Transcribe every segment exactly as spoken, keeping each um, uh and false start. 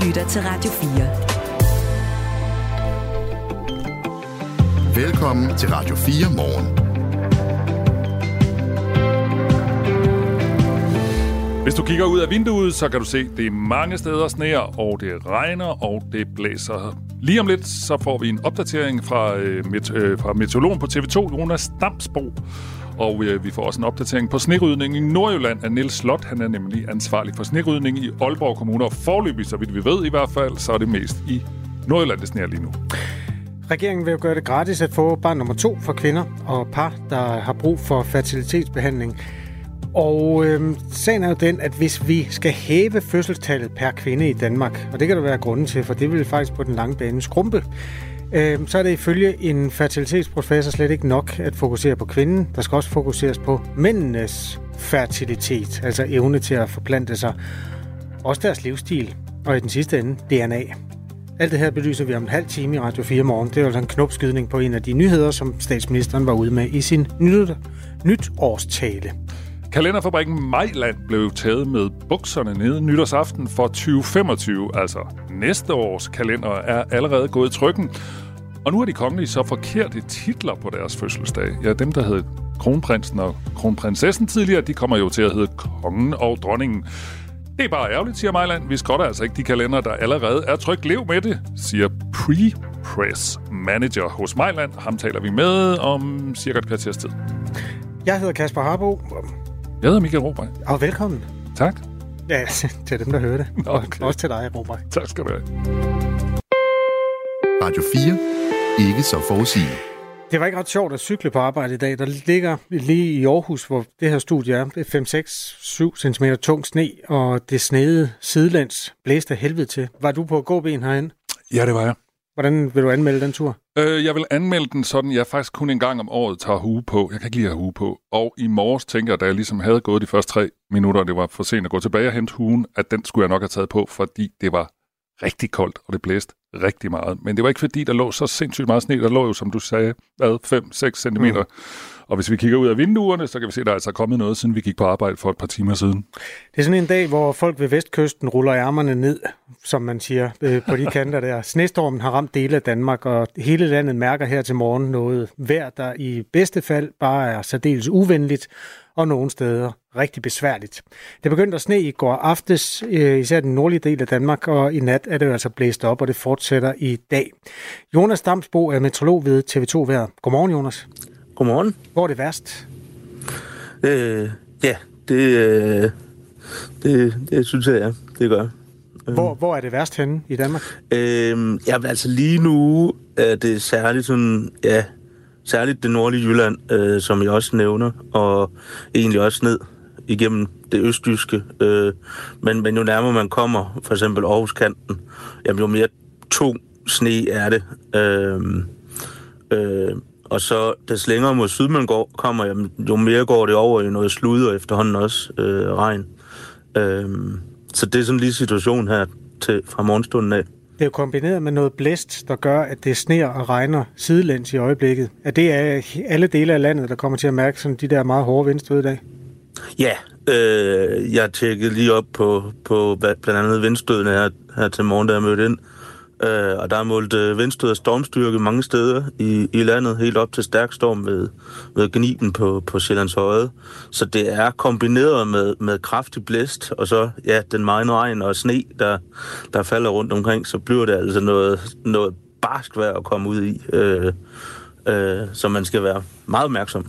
lytter til Radio fire. Velkommen til Radio fire Morgen. Hvis du kigger ud af vinduet, så kan du se, at det er mange steder sneer, og det regner, og det blæser. Lige om lidt, så får vi en opdatering fra, øh, met, øh, fra meteorologen på T V to, Jonas Damsbo. Og øh, vi får også en opdatering på snerydning i Nordjylland af Niels Slot. Han er nemlig ansvarlig for snerydning i Aalborg Kommune. Og foreløbig, så vidt vi ved i hvert fald, så er det mest i Nordjylland, det sneer lige nu. Regeringen vil jo gøre det gratis at få barn nummer to for kvinder og par, der har brug for fertilitetsbehandling. Og øh, sagen er jo den, at hvis vi skal hæve fødselstallet per kvinde i Danmark, og det kan der være grunden til, for det vil faktisk på den lange bane skrumpe, øh, så er det ifølge en fertilitetsprofessor slet ikke nok at fokusere på kvinden. Der skal også fokuseres på mændenes fertilitet, altså evne til at forplante sig. Også deres livsstil, og i den sidste ende D N A. Alt det her belyser vi om en halv time i Radio fire Morgen. Det er jo altså en knopskydning på en af de nyheder, som statsministeren var ude med i sin nyt- nytårstale. Kalenderfabrikken Mejland blev taget med bukserne nede nytårsaften for tyve femogtyve. Altså næste års kalender er allerede gået i trykken. Og nu er de kongelige så forkerte titler på deres fødselsdag. Ja, dem der hed kronprinsen og kronprinsessen tidligere, de kommer jo til at hedde kongen og dronningen. Det er bare ærgerligt, siger Mejland. Vi skrotter altså ikke de kalender, der allerede er trykt. Lev med det, siger Pre-Press Manager hos Mejland. Ham taler vi med om cirka et kvarters tid. Jeg hedder Kasper Harbo. Jeg hedder Michael Robrecht. Og velkommen. Tak. Ja, til dem, der hører det. Okay. Også til dig, Robrecht. Tak skal du have. Radio fire. Ikke så forudsigende. Det var ikke ret sjovt at cykle på arbejde i dag. Der ligger lige i Aarhus, hvor det her studie er, fem seks syv centimeter tung sne, og det snede sidelæns blæste af helvede til. Var du på gåben herinde? Ja, det var jeg. Hvordan vil du anmelde den tur? Øh, jeg vil anmelde den sådan, jeg faktisk kun en gang om året tager hue på. Jeg kan ikke lide at have hue på. Og i morges tænker jeg, da jeg ligesom havde gået de første tre minutter, og det var for sent at gå tilbage og hente huen, at den skulle jeg nok have taget på, fordi det var rigtig koldt, og det blæste rigtig meget. Men det var ikke fordi, der lå så sindssygt meget sne. Der lå jo, som du sagde, hvad, fem seks centimeter. Mm. Og hvis vi kigger ud af vinduerne, så kan vi se, at der er altså kommet noget, siden vi gik på arbejde for et par timer siden. Det er sådan en dag, hvor folk ved vestkysten ruller ærmerne ned, som man siger, øh, på de kanter der. Snestormen har ramt dele af Danmark, og hele landet mærker her til morgen noget vejr, der i bedste fald bare er særdeles uvenligt, og nogle steder rigtig besværligt. Det begyndte at sne i går aftes, øh, især den nordlige del af Danmark, og i nat er det jo altså blæst op, og det fortsætter i dag. Jonas Damsbo er meteorolog ved T V to Vejr. Godmorgen, Jonas. Godmorgen. Hvor er det værst? Øh, ja, det, øh, det, det synes jeg, ja. Det gør. Hvor, hvor er det værst henne i Danmark? Øh, ja, altså lige nu er det særligt sådan, ja, særligt det nordlige Jylland, øh, som jeg også nævner, og egentlig også ned igennem det østjyske. Øh, men, men jo nærmere man kommer, for eksempel Aarhuskanten, jamen jo mere tung sne er det. Øh, øh, Og så des længere mod syd man går, kommer, jamen, jo mere går det over i noget slud, og efterhånden også øh, regn. Øhm, så det er sådan lige situationen her til, fra morgenstunden af. Det er jo kombineret med noget blæst, der gør, at det sner og regner sidelæns i øjeblikket. Er det alle dele af landet, der kommer til at mærke sådan de der meget hårde vindstød i dag? Ja, øh, jeg tjekkede lige op på, på blandt andet vindstødene her, her til morgen, da jeg mødte ind. Uh, og der er målt uh, vindstød og stormstyrke mange steder i, i landet, helt op til stærk storm ved, ved Gniben på, på Sjællands Høje. Så det er kombineret med, med kraftig blæst, og så ja, den meget regn og sne, der, der falder rundt omkring, så bliver det altså noget, noget barsk vejr at komme ud i, uh, uh, så man skal være meget opmærksom.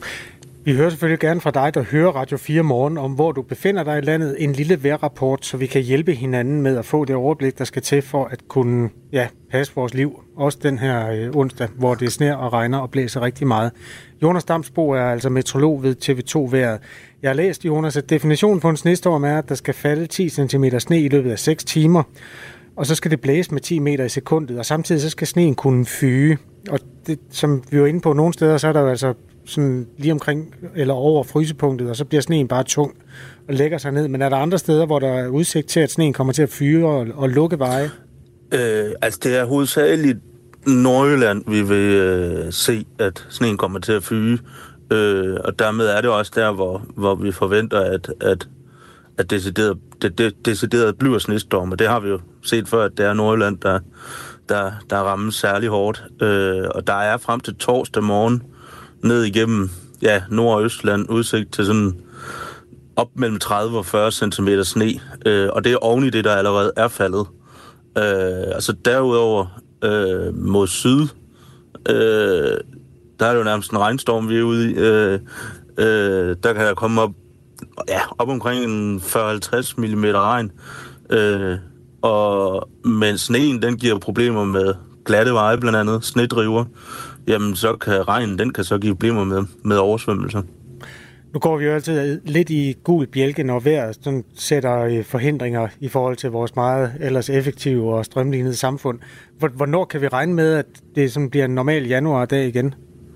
Vi hører selvfølgelig gerne fra dig, der hører Radio fire Morgen, om hvor du befinder dig i landet, en lille vejrrapport, så vi kan hjælpe hinanden med at få det overblik, der skal til for at kunne ja, passe vores liv. Også den her øh, onsdag, hvor det sner og regner og blæser rigtig meget. Jonas Damsbo er altså meteorolog ved T V to Vejret. Jeg har læst, Jonas, at definitionen på en snestorm er, at der skal falde ti centimeter sne i løbet af seks timer, og så skal det blæse med ti meter i sekundet, og samtidig så skal sneen kunne fyge. Og det, som vi var inde på nogle steder, så er der jo altså sådan lige omkring eller over frysepunktet, og så bliver sneen bare tung og lægger sig ned. Men er der andre steder, hvor der er udsigt til, at sneen kommer til at fyre og, og lukke veje? Øh, altså det er hovedsageligt Nordjylland, vi vil øh, se, at sneen kommer til at fyge. Øh, og dermed er det også der, hvor, hvor vi forventer, at, at, at decideret, det, det, decideret bliver snestorme. Det har vi jo set før, at det er Nordjylland, der, der, der rammes særlig hårdt. Øh, og der er frem til torsdag morgen ned igennem ja, Nord- og Østland udsigt til sådan op mellem tredive og fyrre centimeter sne. Øh, og det er oven i det, der allerede er faldet. Øh, altså derudover øh, mod syd, øh, der er det jo nærmest en regnstorm, vi er ude i. Øh, øh, der kan der komme op, ja, op omkring fyrre til halvtreds millimeter regn. Øh, og men sneen, den giver problemer med glatte veje, blandt andet snedriver. Jamen, så kan regnen, den kan så give problemer med, med oversvømmelser. Nu går vi jo altid lidt i gul bjælke, når vejr sådan sætter forhindringer i forhold til vores meget ellers effektive og strømlignede samfund. Hvornår kan vi regne med, at det sådan bliver en normal januardag igen?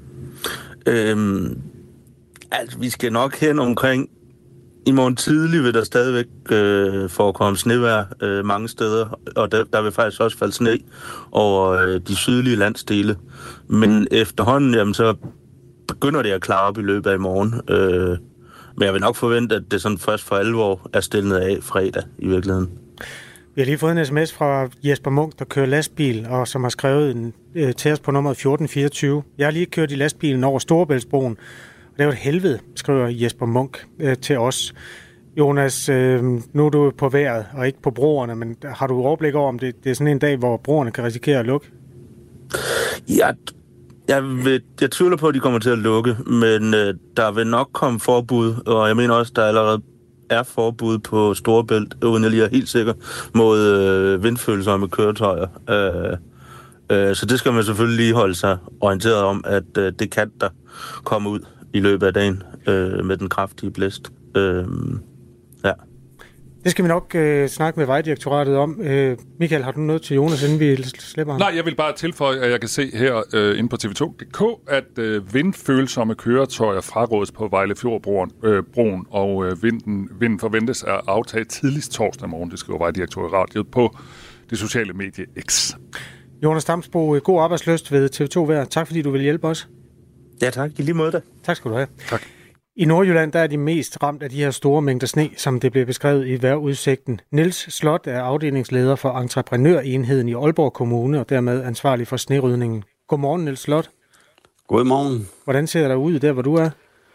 Øhm, altså, vi skal nok hen omkring i morgen tidlig vil der stadigvæk øh, forekomme snevejr øh, mange steder, og der, der vil faktisk også falde sne over øh, de sydlige landsdele. Men efterhånden, jamen, så begynder det at klare op i løbet af i morgen. Øh, men jeg vil nok forvente, at det sådan først for alvor er stillet af fredag i virkeligheden. Vi har lige fået en sms fra Jesper Munk, der kører lastbil, og som har skrevet en, øh, til os på nummer fjorten fireogtyve. Jeg har lige kørt i lastbilen over Storebæltsbroen. Det er jo et helvede, skriver Jesper Munk øh, til os. Jonas, øh, nu er du på vejret og ikke på broerne, men har du overblik over, om det, det er sådan en dag, hvor broerne kan risikere at lukke? Ja, jeg, vil, jeg tvivler på, at de kommer til at lukke, men øh, der vil nok komme forbud, og jeg mener også, der allerede er forbud på Storebælt, uden jeg lige er helt sikker, mod øh, vindfølsomme køretøjer. Øh, øh, så det skal man selvfølgelig lige holde sig orienteret om, at øh, det kan der komme ud i løbet af dagen øh, med den kraftige blæst. Øh, ja. Det skal vi nok øh, snakke med Vejdirektoratet om. Øh, Michael, har du noget til Jonas, inden vi slipper ham? Nej, jeg vil bare tilføje, at jeg kan se her øh, inde på T V to punktum d k, at øh, vindfølsomme køretøjer frarådes på Vejlefjordbroen, øh, broen, og øh, vinden, vinden forventes at aftage tidligst torsdag morgen. Det skriver Vejdirektoratet på det sociale medie X. Jonas Damsbo, god arbejdslyst ved T V to Vejr. Tak fordi du vil hjælpe os. Ja, tak. I lige måde da. Tak skal du have. Tak. I Nordjylland der er de mest ramt af de her store mængder sne, som det blev beskrevet i vejrudsigten. Niels Slot er afdelingsleder for entreprenørenheden i Aalborg Kommune og dermed ansvarlig for snerydningen. Godmorgen, Niels Slot. Godmorgen. Hvordan ser der ud der, hvor du er?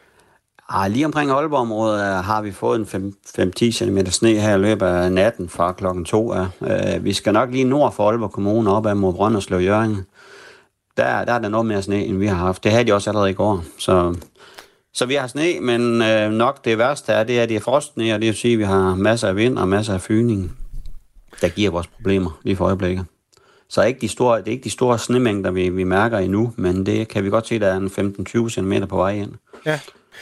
Ah, lige omkring Aalborg-området har vi fået en fem til ti centimeter sne her i løbet af natten fra klokken to. Uh, vi skal nok lige nord for Aalborg Kommune op ad mod Brønderslev Hjørring. Der, der er der noget mere sne, end vi har haft. Det havde de også allerede i går. Så, så vi har sne, men øh, nok det værste er, det er, at det er frostsne, og det vil sige, at vi har masser af vind og masser af fyning, der giver vores problemer lige for øjeblikket. Så ikke de store, det er ikke de store snemængder, vi, vi mærker endnu, men det kan vi godt se, der er en femten til tyve centimeter på vej ind. Ja.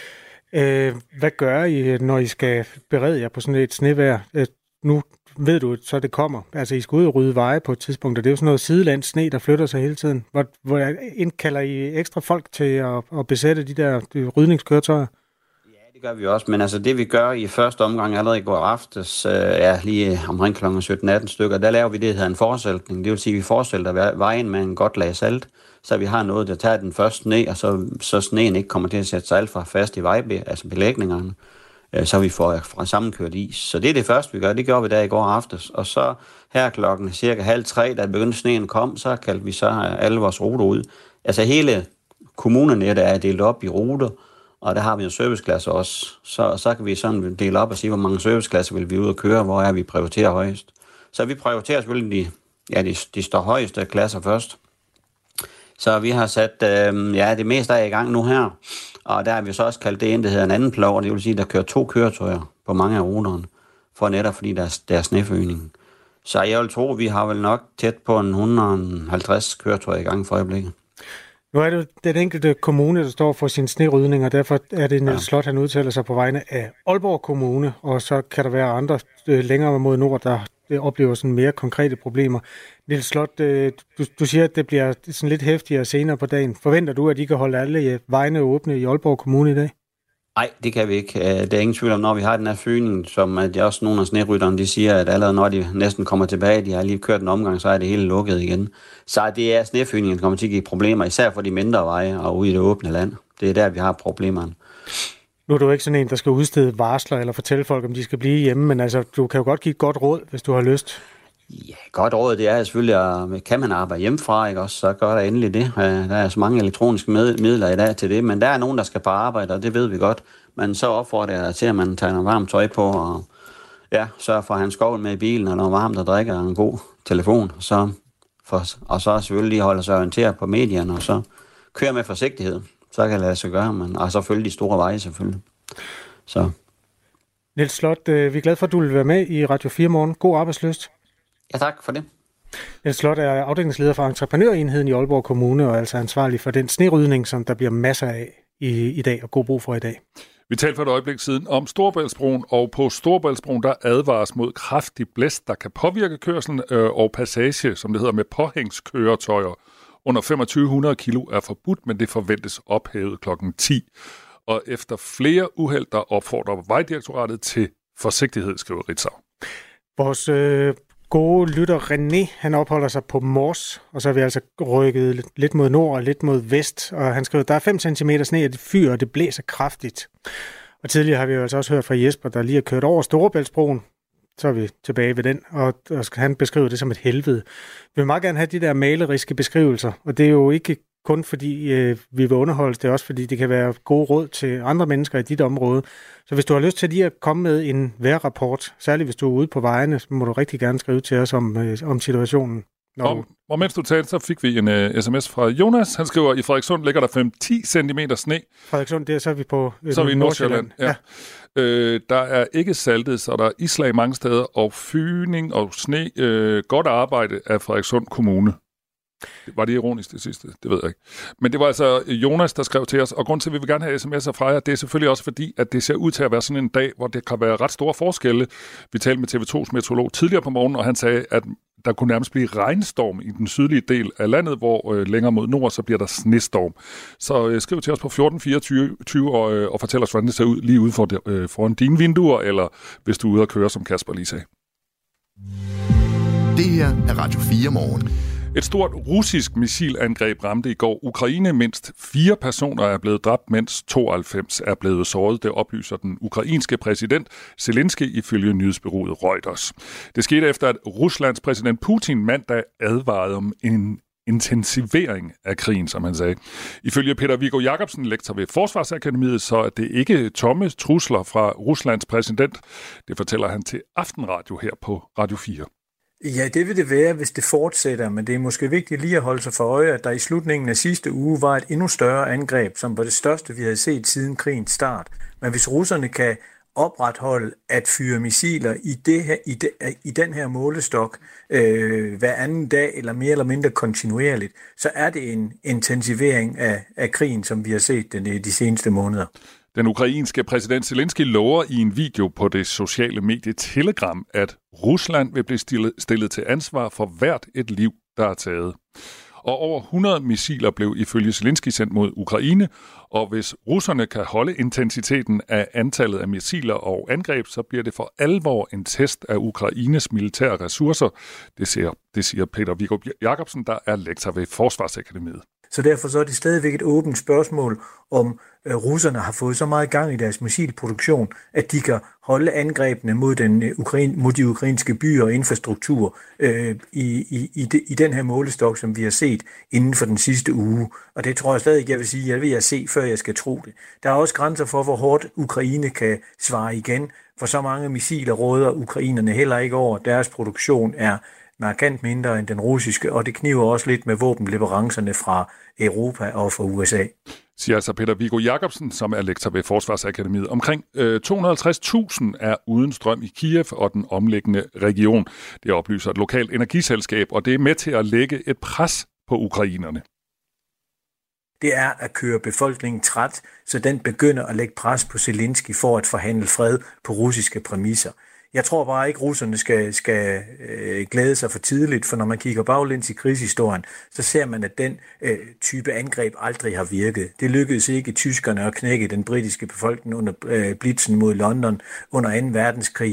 Øh, hvad gør I, når I skal berede jer på sådan et snevejr? Øh, nu ved du, så det kommer. Altså, I skal ud og rydde veje på et tidspunkt, og det er jo sådan noget sidelands sne, der flytter sig hele tiden. Hvor, hvor indkalder I ekstra folk til at, at besætte de der de rydningskøretøjer? Ja, det gør vi også, men altså det vi gør i første omgang allerede i går aftes, øh, ja, lige omkring klokken sytten atten stykker, der laver vi det, der hedder en forsæltning. Det vil sige, at vi forsælter vejen med en godt lag salt, så vi har noget, der tager den første sne, og så, så sneen ikke kommer til at sætte sig alt for fast i vejbe, altså belægningerne. Så vi får fra sammenkørt is. Så det er det første, vi gør. Det gjorde vi der i går aftes. Og så her klokken cirka halv tre, da begyndte sneen kom, så kaldte vi så alle vores ruter ud. Altså hele kommunenettet er delt op i ruter, og der har vi en serviceklasse også. Så, så kan vi sådan dele op og sige, hvor mange serviceklasser vil vi ud og køre, hvor er vi prioriterer højst. Så vi prioriterer selvfølgelig de, ja, de, de står højeste klasser først. Så vi har sat øh, ja, det meste af i gang nu her. Og der har vi så også kaldt det ind, det hedder en anden plov, det vil sige, der kører to køretøjer på mange af ruterne, for netop fordi der er, der er sneføgning. Så jeg vil tro, vi har vel nok tæt på en et hundrede og halvtreds køretøjer i gang for øjeblikket. Nu er det jo den enkelte kommune, der står for sin snerydning, og derfor er det Niels Slot, han udtaler sig på vegne af Aalborg Kommune, og så kan der være andre øh, længere mod nord, der oplever sådan mere konkrete problemer. Niels Slot, øh, du, du siger, at det bliver sådan lidt heftigere senere på dagen. Forventer du, at I kan holde alle vejene åbne i Aalborg Kommune i dag? Nej, det kan vi ikke. Det er ingen tvivl om, når vi har den her fyning, som at også nogle af snerytterne, de siger, at allerede når de næsten kommer tilbage, de har lige kørt en omgang, så er det hele lukket igen. Så det er snefyningen, der kommer til at give problemer, især for de mindre veje og ude i det åbne land. Det er der, vi har problemerne. Nu er du ikke sådan en, der skal udstede varsler eller fortælle folk, om de skal blive hjemme, men altså, du kan jo godt give et godt råd, hvis du har lyst. Ja, godt råd, det er selvfølgelig, at kan man arbejde hjemmefra, ikke også, så gør der endelig det. Der er så mange elektroniske midler i dag til det, men der er nogen, der skal på arbejde, og det ved vi godt. Men så opfordrer jeg til, at man tager noget varmt tøj på, og ja, sørger for at have en skovl med i bilen, og noget varmt at drikke, og en god telefon. Så for, og så selvfølgelig lige holde sig orienteret på medierne, og så køre med forsigtighed. Så kan det lade sig gøre, men, og så følge de store veje selvfølgelig. Så. Niels Slot, vi er glade for, at du vil være med i Radio fire Morgen. God arbejdslyst. Ja, tak for det. Niels Slot er afdelingsleder for Entreprenørenheden i Aalborg Kommune, og altså ansvarlig for den snerydning, som der bliver masser af i, i dag, og god brug for i dag. Vi talte for et øjeblik siden om Storebæltsbroen, og på Storebæltsbroen der advares mod kraftig blæst, der kan påvirke kørslen øh, og passage, som det hedder, med påhængskøretøjer. Under femogtyve hundrede kilo er forbudt, men det forventes ophævet klokken ti. Og efter flere uheld, der opfordrer Vejdirektoratet til forsigtighed, skriver Ritzau. Vores øh, gode lytter René, han opholder sig på Mors, og så er vi altså rykket lidt mod nord og lidt mod vest, og han skriver, der er fem centimeter sne, og det fyrer, og det blæser kraftigt. Og tidligere har vi jo altså også hørt fra Jesper, der lige har kørt over Storebæltsbroen. Så er vi tilbage ved den, og, og han beskriver det som et helvede. Vi vil meget gerne have de der maleriske beskrivelser, og det er jo ikke kun fordi øh, vi vil underholde, det er også fordi det kan være gode råd til andre mennesker i dit område. Så hvis du har lyst til lige at komme med en vejrrapport, særligt hvis du er ude på vejene, så må du rigtig gerne skrive til os om, øh, om situationen. Og, og mens du talte, så fik vi en uh, sms fra Jonas. Han skriver, at i Frederikssund ligger der fem til ti centimeter sne. Frederikssund, det er så er vi på øh, så er vi i Nordsjælland. Ja. Ja. Øh, der er ikke saltet, så der er islag mange steder, og fyning og sne. Øh, godt arbejde af Frederikssund Kommune. Var det ironisk det sidste? Det ved jeg ikke. Men det var altså Jonas, der skrev til os, og grund til, at vi vil gerne have sms'er fra jer, det er selvfølgelig også fordi, at det ser ud til at være sådan en dag, hvor det kan være ret store forskelle. Vi talte med T V to's meteorolog tidligere på morgenen, og han sagde, at der kunne nærmest blive regnstorm i den sydlige del af landet, hvor øh, længere mod nord, så bliver der snestorm. Så øh, skriv til os på fjorten fireogtyve og, øh, og fortæl os, hvordan det ser ud lige ude for, øh, foran dine vinduer, eller hvis du er ude at køre, som Kasper lige sagde. Det her er Radio fire Morgen. Et stort russisk missilangreb ramte i går Ukraine. Mindst fire personer er blevet dræbt, mens tooghalvfems er blevet såret. Det oplyser den ukrainske præsident Zelensky ifølge nyhedsbureauet Reuters. Det skete efter, at Ruslands præsident Putin mandag advarede om en intensivering af krigen, som han sagde. Ifølge Peter Viggo Jacobsen, lektor ved Forsvarsakademiet, så er det ikke tomme trusler fra Ruslands præsident. Det fortæller han til Aftenradio her på Radio fire. Ja, det vil det være, hvis det fortsætter, men det er måske vigtigt lige at holde sig for øje, at der i slutningen af sidste uge var et endnu større angreb, som var det største, vi havde set siden krigens start. Men hvis russerne kan opretholde at fyre missiler i, det her, i, de, i den her målestok øh, hver anden dag eller mere eller mindre kontinuerligt, så er det en intensivering af, af krigen, som vi har set den de seneste måneder. Den ukrainske præsident Zelensky lover i en video på det sociale medie Telegram, at Rusland vil blive stillet til ansvar for hvert et liv, der er taget. Og over hundrede missiler blev ifølge Zelensky sendt mod Ukraine, og hvis russerne kan holde intensiteten af antallet af missiler og angreb, så bliver det for alvor en test af Ukraines militære ressourcer. Det siger, det siger Peter Viggo Jacobsen, der er lektor ved Forsvarsakademiet. Så derfor så er det stadigvæk et åbent spørgsmål, om øh, russerne har fået så meget gang i deres missilproduktion, at de kan holde angrebene mod, den, øh, Ukraine, mod de ukrainske byer og infrastruktur øh, i, i, i, de, i den her målestok, som vi har set inden for den sidste uge. Og det tror jeg stadig, jeg vil sige, jeg vil jeg se, før jeg skal tro det. Der er også grænser for, hvor hårdt Ukraine kan svare igen, for så mange missiler råder ukrainerne heller ikke over. Deres produktion er markant mindre end den russiske, og det kniver også lidt med våbenleverancerne fra Europa og fra U S A. Siger altså Peter Viggo Jacobsen, som er lektor ved Forsvarsakademiet. Omkring øh, to hundrede og halvtreds tusind er uden strøm i Kiev og den omliggende region. Det oplyser et lokalt energiselskab, og det er med til at lægge et pres på ukrainerne. Det er at køre befolkningen træt, så den begynder at lægge pres på Zelensky for at forhandle fred på russiske præmisser. Jeg tror bare ikke, russerne skal, skal øh, glæde sig for tidligt, for når man kigger baglæns i krigshistorien, så ser man, at den øh, type angreb aldrig har virket. Det lykkedes ikke tyskerne at knække den britiske befolkning under øh, blitzen mod London under anden verdenskrig,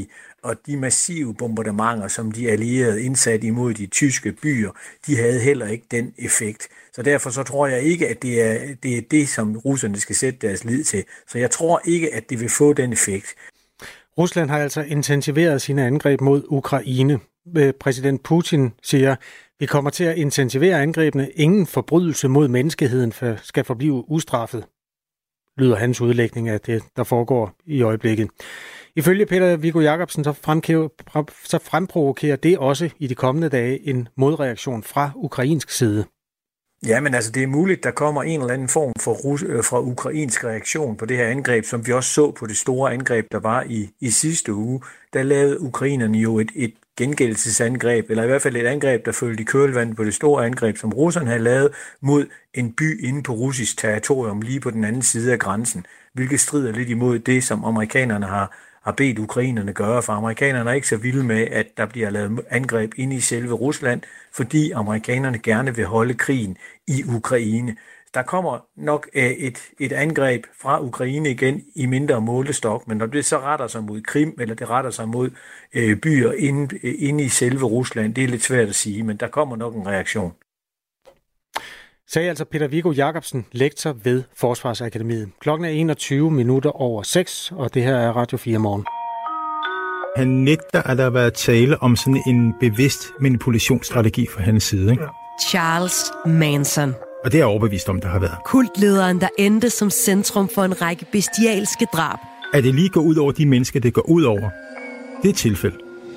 og de massive bombardementer, som de allierede indsatte imod de tyske byer, de havde heller ikke den effekt. Så derfor så tror jeg ikke, at det er det, er det som russerne skal sætte deres lid til. Så jeg tror ikke, at det vil få den effekt. Rusland har altså intensiveret sine angreb mod Ukraine. Præsident Putin siger, vi kommer til at intensivere angrebene. Ingen forbrydelse mod menneskeheden skal forblive ustraffet, lyder hans udlægning af det, der foregår i øjeblikket. Ifølge Peter Viggo Jacobsen, så, så fremprovokerer det også i de kommende dage en modreaktion fra ukrainsk side. Ja, men altså det er muligt, der kommer en eller anden form for Rus- øh, fra ukrainsk reaktion på det her angreb, som vi også så på det store angreb, der var i, i sidste uge. Der lavede ukrainerne jo et, et gengældelsesangreb, eller i hvert fald et angreb, der følte i kølvandet på det store angreb, som russerne havde lavet mod en by inde på russisk territorium lige på den anden side af grænsen, hvilket strider lidt imod det, som amerikanerne har har bedt ukrainerne gøre, for amerikanerne er ikke så vilde med, at der bliver lavet angreb inde i selve Rusland, fordi amerikanerne gerne vil holde krigen i Ukraine. Der kommer nok et, et angreb fra Ukraine igen i mindre målestok, men når det så retter sig mod Krim, eller det retter sig mod øh, byer inde, inde i selve Rusland, det er lidt svært at sige, men der kommer nok en reaktion. Sagde altså Peter Viggo Jacobsen, lektor ved Forsvarsakademiet. Klokken er enogtyve minutter over seks, og det her er Radio fire Morgen. Han nægter, at der har været tale om sådan en bevidst manipulationsstrategi fra hans side. Ikke? Charles Manson. Og det er jeg overbevist om, der har været. Kultlederen, der endte som centrum for en række bestialske drab. At det lige går ud over de mennesker, det går ud over, det er et tilfælde.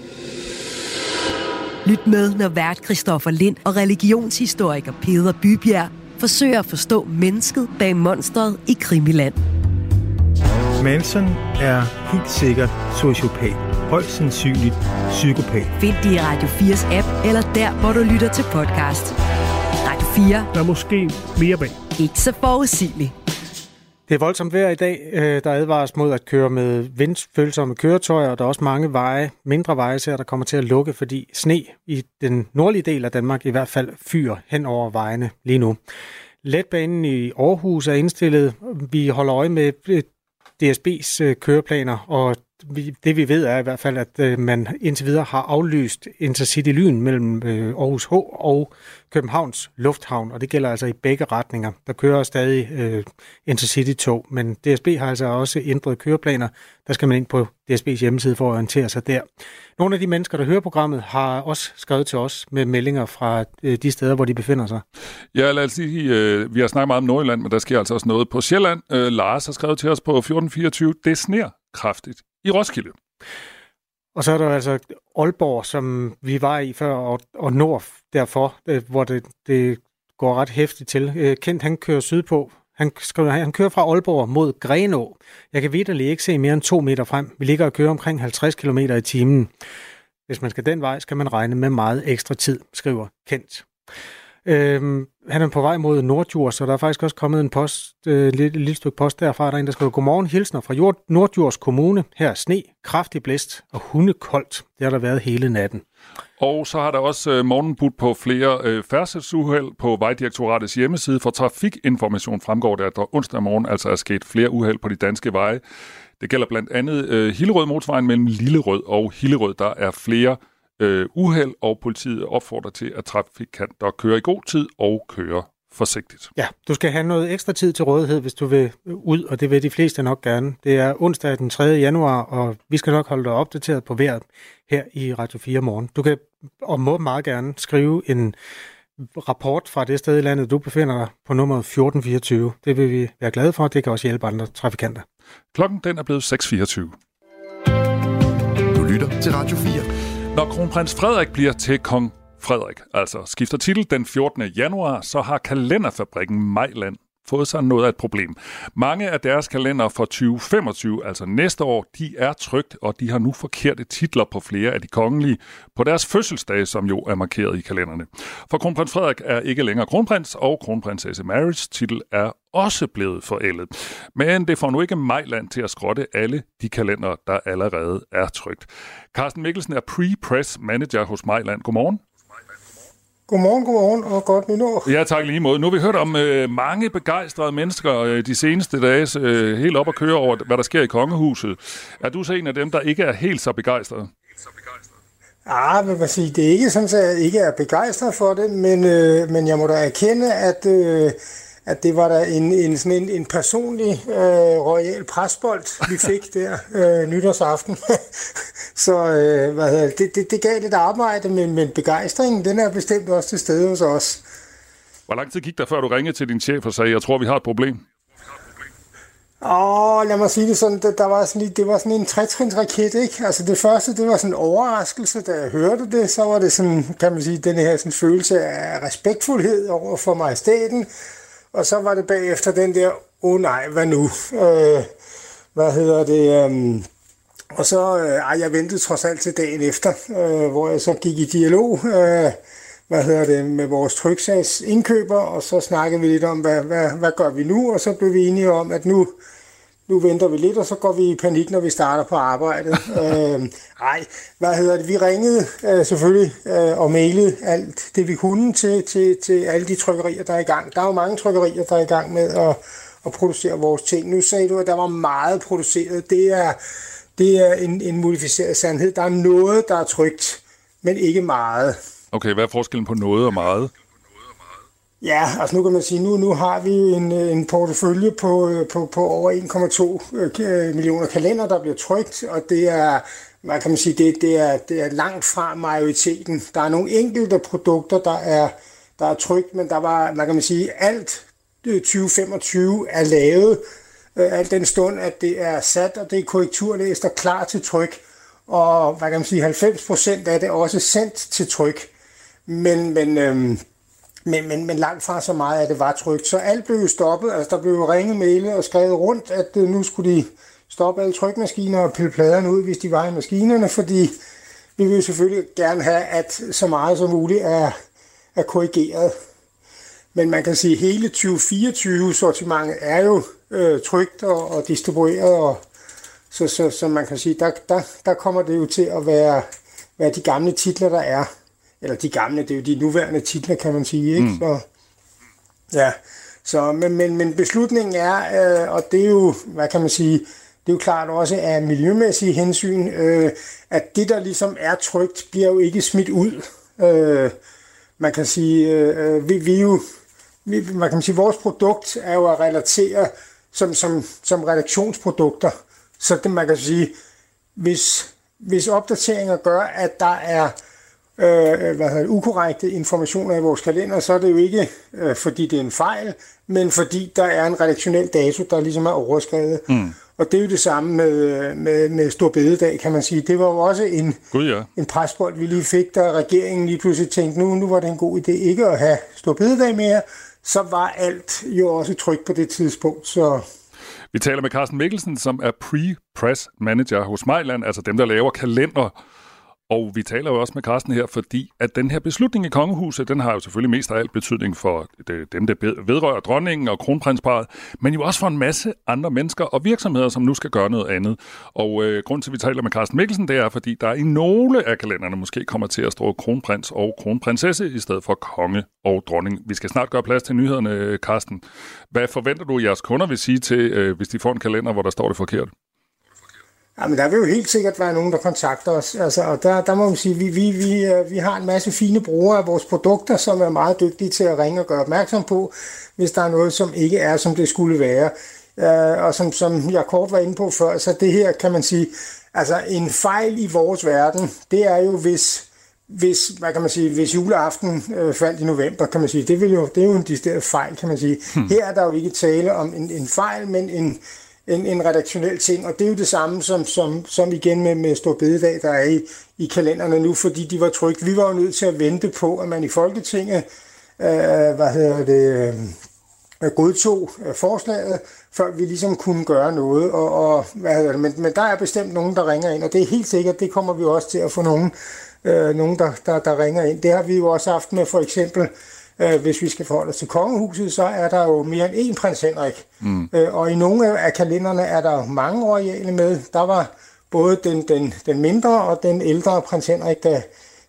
Lyt med, når vært Christoffer Lind og religionshistoriker Peder Bybjerg forsøger at forstå mennesket bag monstret i Krimiland. Manson er helt sikkert sociopat. Højst sandsynligt psykopat. Find det i Radio fires app, eller der, hvor du lytter til podcast. Radio fire. Der er måske mere bag. Ikke så forudsigeligt. Det er voldsomt vejr i dag. Der advares mod at køre med vindfølsomme køretøjer, og der er også mange veje, mindre veje, der kommer til at lukke, fordi sne i den nordlige del af Danmark i hvert fald fyrer hen over vejene lige nu. Letbanen i Aarhus er indstillet. Vi holder øje med D S B's køreplaner, og det vi ved er i hvert fald, at man indtil videre har aflyst Intercity Lyn mellem Aarhus H og Københavns Lufthavn, og det gælder altså i begge retninger. Der kører stadig uh, Intercity-tog, men D S B har altså også ændret køreplaner. Der skal man ind på D S B's hjemmeside for at orientere sig der. Nogle af de mennesker, der hører programmet, har også skrevet til os med meldinger fra uh, de steder, hvor de befinder sig. Ja, lad os sige, uh, vi har snakket meget om Nordjylland, men der sker altså også noget på Sjælland. Uh, Lars har skrevet til os på fjorten fireogtyve, det sner kraftigt i Roskilde. Og så er der altså Aalborg, som vi var i før, og, og nord derfor, hvor det, det går ret hæftigt til. Kent, han kører sydpå. Han, skriver, han kører fra Aalborg mod Grenå. Jeg kan vitterligt ikke se mere end to meter frem. Vi ligger og kører omkring halvtreds kilometer i timen. Hvis man skal den vej, skal man regne med meget ekstra tid, skriver Kent. Øhm, han er på vej mod Nordjurs, så der er faktisk også kommet en post, øh, et lille, lille stykke post derfra, der er en, der skriver, godmorgen, hilsner fra Jord, Nordjurs Kommune. Her er sne, kraftig blæst og hundekoldt. Det har der været hele natten. Og så har der også øh, morgenbudt på flere øh, færdselsuheld på Vejdirektoratets hjemmeside. For trafikinformation fremgår det, at der onsdag morgen altså er sket flere uheld på de danske veje. Det gælder blandt andet øh, Hillerød motorvejen mellem Lillerød og Hillerød. Der er flere øh, uheld, og politiet opfordrer til, at trafikanter kører i god tid og kører forsigtigt. Ja, du skal have noget ekstra tid til rådighed, hvis du vil ud, og det vil de fleste nok gerne. Det er onsdag den tredje januar, og vi skal nok holde dig opdateret på vejret her i Radio fire Morgen. Du kan og må meget gerne skrive en rapport fra det sted i landet, du befinder dig på nummeret fjorten fireogtyve. Det vil vi være glade for, det kan også hjælpe andre trafikanter. Klokken den er blevet seks fireogtyve. Du lytter til Radio fire. Når kronprins Frederik bliver til kong Frederik, altså skifter titel den fjortende januar, så har kalenderfabrikken Mejland fået sig noget af et problem. Mange af deres kalender for tyve femogtyve, altså næste år, de er trykt, og de har nu forkerte titler på flere af de kongelige på deres fødselsdage, som jo er markeret i kalenderne. For kronprins Frederik er ikke længere kronprins, og kronprinsesse Marys titel er også blevet forældet. Men det får nu ikke Mejland til at skrotte alle de kalender, der allerede er trykt. Carsten Mikkelsen er pre-press manager hos Mejland. Godmorgen. Godmorgen, godmorgen og godt nytår. Ja, tak lige måde. Nu har vi hørt om øh, mange begejstrede mennesker øh, de seneste dage, øh, helt op at køre over, hvad der sker i kongehuset. Er du så en af dem, der ikke er helt så begejstret? Ah, vil man sige, det er ikke sådan, at jeg ikke er begejstret for det, men, øh, men jeg må da erkende, at, øh, at det var da en, en, sådan en, en personlig øh, royal presbold, vi fik der øh, nytårsaften. Så øh, hvad hedder det, det, det gav lidt arbejde, men, men begejstringen, den er bestemt også til stede hos os. Hvor lang tid gik der, før du ringede til din chef og sagde, jeg tror, vi har et problem? Åh, oh, lad mig sige det sådan, der, der var sådan, det var sådan en tretrinsraket, ikke? Altså det første, det var sådan en overraskelse, da jeg hørte det, så var det sådan, kan man sige, den her sådan følelse af respektfuldhed over for majestæten, og så var det bagefter den der, åh oh, nej, hvad nu? Øh, hvad hedder det? Um, og så, øh, ej, jeg ventede trods alt til dagen efter, øh, hvor jeg så gik i dialog, øh, hvad hedder det, med vores tryksagsindkøber, og så snakkede vi lidt om, hvad, hvad, hvad gør vi nu, og så blev vi enige om, at nu, nu venter vi lidt, og så går vi i panik, når vi starter på arbejdet. øh, ej, hvad hedder det, vi ringede øh, selvfølgelig øh, og mailede alt det, vi kunne til, til, til alle de trykkerier, der er i gang. Der er jo mange trykkerier, der er i gang med at, at producere vores ting. Nu sagde du, at der var meget produceret. Det er, det er en, en modificeret sandhed. Der er noget, der er trykt, men ikke meget. Okay, hvad er forskellen på noget og meget? Ja, altså nu kan man sige, nu, nu har vi en, en portefølje på, på, på over en komma to millioner kalender, der bliver trykt, og det er, man kan man sige, det, det, er, det er langt fra majoriteten. Der er nogle enkelte produkter, der er, der er trykt, men der var, man kan man sige, alt tyve femogtyve er lavet, alt den stund, at det er sat, og det er korrekturlæst og klar til tryk, og hvad kan man sige, halvfems procent af det er også sendt til tryk. Men, men, øhm, men, men, men langt fra så meget af det var trykt. Så alt blev jo stoppet. Altså der blev jo ringet, mailet og skrevet rundt, at øh, nu skulle de stoppe alle trykmaskiner og pille pladerne ud, hvis de var i maskinerne, fordi vi vil jo selvfølgelig gerne have, at så meget som muligt er, er korrigeret. Men man kan sige, at hele tyve fireogtyve-sortimentet er jo øh, trykt og, og distribueret, og så, så, så man kan sige, der, der, der kommer det jo til at være, være de gamle titler, der er. Eller de gamle, det er jo de nuværende titler, kan man sige, ikke? Mm. Så, ja, så, men, men, men beslutningen er, øh, og det er jo, hvad kan man sige, det er jo klart også af miljømæssige hensyn, øh, at det, der ligesom er trygt, bliver jo ikke smidt ud. Øh, man kan sige, øh, vi, vi jo, vi, man kan sige, vores produkt er jo at relatere som, som, som redaktionsprodukter. Så det, man kan sige, hvis, hvis opdateringer gør, at der er Øh, hvad hedder, ukorrekte informationer i vores kalender, så er det jo ikke øh, fordi det er en fejl, men fordi der er en redaktionel dato, der ligesom er overskrevet. Mm. Og det er jo det samme med, med, med Stor Bededag, kan man sige. Det var jo også en, God, ja. en presbold, vi lige fik, da regeringen lige pludselig tænkte, nu, nu var det en god idé ikke at have Stor Bededag mere, så var alt jo også trykt på det tidspunkt. Så vi taler med Carsten Mikkelsen, som er pre-press manager hos Mejland, altså dem, der laver kalender. Og vi taler jo også med Carsten her, fordi at den her beslutning i kongehuset, den har jo selvfølgelig mest af alt betydning for dem, der vedrører dronningen og kronprinsparret, men jo også for en masse andre mennesker og virksomheder, som nu skal gøre noget andet. Og øh, grund til, at vi taler med Carsten Mikkelsen, det er, fordi der i nogle af kalenderne måske kommer til at stå kronprins og kronprinsesse i stedet for konge og dronning. Vi skal snart gøre plads til nyhederne, Carsten. Hvad forventer du, jeres kunder vil sige til, øh, hvis de får en kalender, hvor der står det forkert? Ja, men der vil jo helt sikkert være nogen, der kontakter os. Altså, og der, der må man sige, vi, vi, vi, vi har en masse fine brugere af vores produkter, som er meget dygtige til at ringe og gøre opmærksom på, hvis der er noget, som ikke er, som det skulle være. Uh, og som, som jeg kort var inde på før, så det her kan man sige, altså en fejl i vores verden, det er jo, hvis, hvis hvad kan man sige, hvis juleaften øh, faldt i november, kan man sige, det, vil jo, det er jo en decideret fejl, kan man sige. Hmm. Her er der jo ikke tale om en, en fejl, men en En, en redaktionel ting, og det er jo det samme som, som, som igen med, med Stor Bededag, der er i, i kalenderne nu, fordi de var trygt. Vi var jo nødt til at vente på, at man i Folketinget øh, hvad hedder det, øh, godtog øh, forslaget, før vi ligesom kunne gøre noget. Og, og, hvad hedder det, men, men der er bestemt nogen, der ringer ind, og det er helt sikkert, det kommer vi også til at få nogen, øh, nogen der, der, der ringer ind. Det har vi jo også haft med for eksempel, Øh, hvis vi skal forholde os til kongehuset, så er der jo mere end én prins Henrik. Mm. Øh, og i nogle af kalenderne er der mange royale med. Der var både den, den, den mindre og den ældre prins Henrik, da,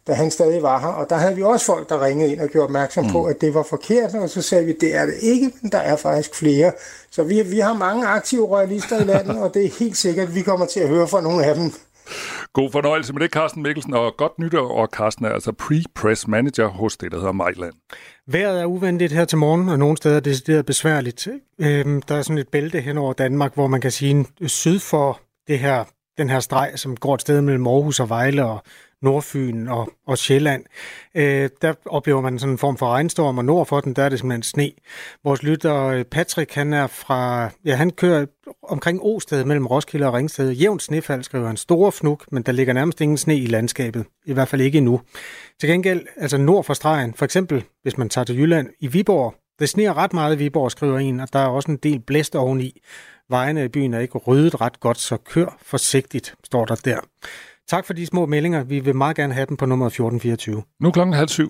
da han stadig var her. Og der havde vi også folk, der ringede ind og gjorde opmærksom mm. på, at det var forkert, og så sagde vi, det er det ikke, men der er faktisk flere. Så vi, vi har mange aktive royalister i landet, og det er helt sikkert, at vi kommer til at høre fra nogle af dem. God fornøjelse med det, Carsten Mikkelsen, og godt nytår. Og Carsten er altså pre-press manager hos det, der hedder Mejland. Vejret er uventet her til morgen, og nogle steder er det decideret besværligt. Øhm, der er sådan et bælte hen over Danmark, hvor man kan sige, syd for det her, den her streg, som går et sted mellem Aarhus og Vejle og Nordfyn og, og Sjælland. Øh, der oplever man sådan en form for regnstorm, og nord for den, der er det simpelthen sne. Vores lytter Patrick, han er fra, ja, han kører omkring Osted mellem Roskilde og Ringsted. Jævnt snefald, skriver han. Store fnuk, men der ligger nærmest ingen sne i landskabet. I hvert fald ikke endnu. Til gengæld, altså nord for stregen, for eksempel, hvis man tager til Jylland, i Viborg, det sneer ret meget i Viborg, skriver en, og der er også en del blæst oveni. Vejene i byen er ikke ryddet ret godt, så kør forsigtigt, står der der. Tak for de små meldinger. Vi vil meget gerne have dem på nummer fjorten fireogtyve. Nu klokken halv syv.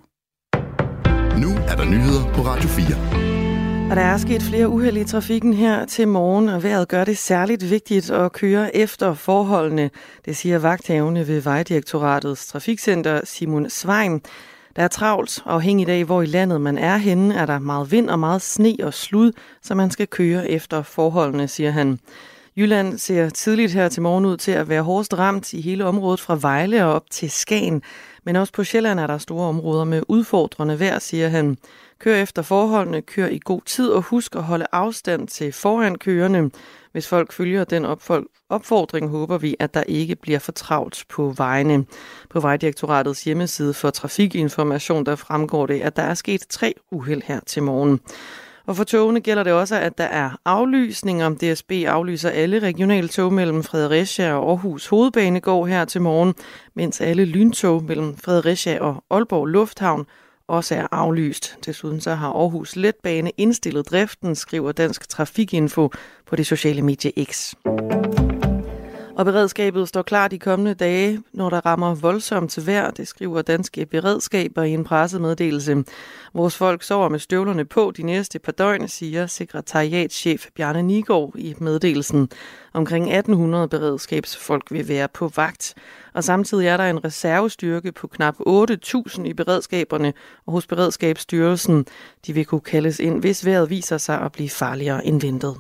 Nu er der nyheder på Radio fire. Og der er sket flere uheld i trafikken her til morgen, og vejret gør det særligt vigtigt at køre efter forholdene. Det siger vagthavende ved Vejdirektoratets trafikcenter Simon Svein. Der er travlt, afhængigt af hvor i landet man er henne, er der meget vind og meget sne og slud, så man skal køre efter forholdene, siger han. Jylland ser tidligt her til morgen ud til at være hårdest ramt i hele området fra Vejle og op til Skagen. Men også på Sjælland er der store områder med udfordrende vejr, siger han. Kør efter forholdene, kør i god tid og husk at holde afstand til forankørende. Hvis folk følger den opfordring, håber vi, at der ikke bliver for travlt på vejene. På Vejdirektoratets hjemmeside for trafikinformation, der fremgår det, at der er sket tre uheld her til morgen. Og for togene gælder det også, at der er aflysninger. D S B aflyser alle regionale tog mellem Fredericia og Aarhus Hovedbanegård her til morgen, mens alle lyntog mellem Fredericia og Aalborg Lufthavn også er aflyst. Desuden så har Aarhus Letbane indstillet driften, skriver Dansk Trafikinfo på det sociale medie X. Og beredskabet står klar de kommende dage, når der rammer voldsomt til vejr, det skriver Danske Beredskaber i en pressemeddelelse. Vores folk sover med støvlerne på de næste par døgn, siger sekretariatschef Bjarne Nigård i meddelelsen. Omkring atten hundrede beredskabsfolk vil være på vagt. Og samtidig er der en reservestyrke på knap otte tusind i beredskaberne og hos Beredskabsstyrelsen. De vil kunne kaldes ind, hvis vejret viser sig at blive farligere end ventet.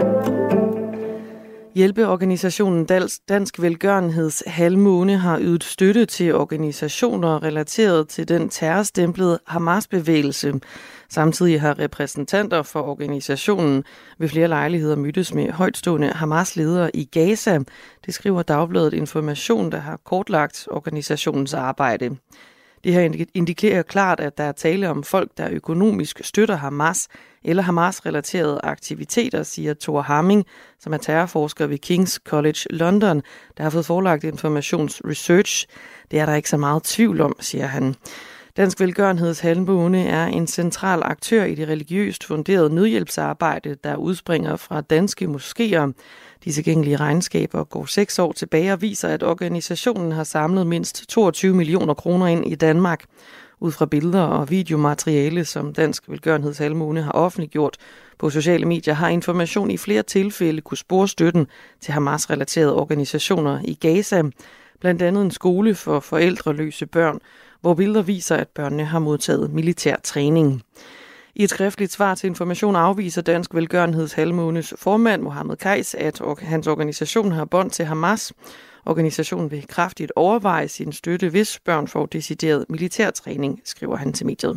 Hjælpeorganisationen Dansk Velgørenheds Halvmåne har ydet støtte til organisationer relateret til den terrorstemplede Hamas-bevægelse. Samtidig har repræsentanter for organisationen ved flere lejligheder mødtes med højtstående Hamas-ledere i Gaza. Det skriver Dagbladet Information, der har kortlagt organisationens arbejde. Det her indikerer klart, at der er tale om folk, der økonomisk støtter Hamas eller Hamas-relaterede aktiviteter, siger Thor Hamming, som er terrorforsker ved King's College London, der har fået forelagt Informations Research. Det er der ikke så meget tvivl om, siger han. Dansk Velgørenheds Halvmåne er en central aktør i det religiøst funderede nødhjælpsarbejde, der udspringer fra danske moskéer. De tilgængelige regnskaber går seks år tilbage og viser, at organisationen har samlet mindst toogtyve millioner kroner ind i Danmark. Ud fra billeder og videomateriale, som Dansk Velgørenheds Halvmåne har offentliggjort på sociale medier, har Information i flere tilfælde kunne spore støtten til Hamas-relaterede organisationer i Gaza. Blandt andet en skole for forældreløse børn, hvor billeder viser, at børnene har modtaget militær træning. I et skriftligt svar til Information afviser Dansk Velgørenheds Halvmånes formand Mohammed Kajs, at hans organisation har bånd til Hamas. Organisationen vil kraftigt overveje sin støtte, hvis børn får decideret militærtræning, skriver han til mediet.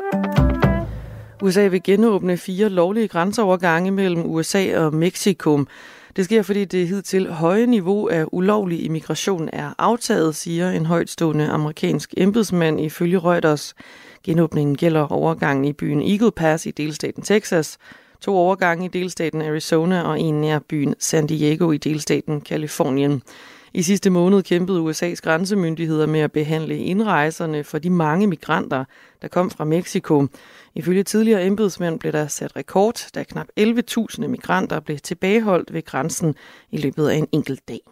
U S A vil genåbne fire lovlige grænseovergange mellem U S A og Mexico. Det sker, fordi det hidtil høje niveau af ulovlig immigration er aftaget, siger en højtstående amerikansk embedsmand ifølge Reuters. Genåbningen gælder overgangen i byen Eagle Pass i delstaten Texas, to overgange i delstaten Arizona og en nær byen San Diego i delstaten Kalifornien. I sidste måned kæmpede U S A's grænsemyndigheder med at behandle indrejserne for de mange migranter, der kom fra Mexico. Ifølge tidligere embedsmænd blev der sat rekord, da knap elleve tusind migranter blev tilbageholdt ved grænsen i løbet af en enkelt dag.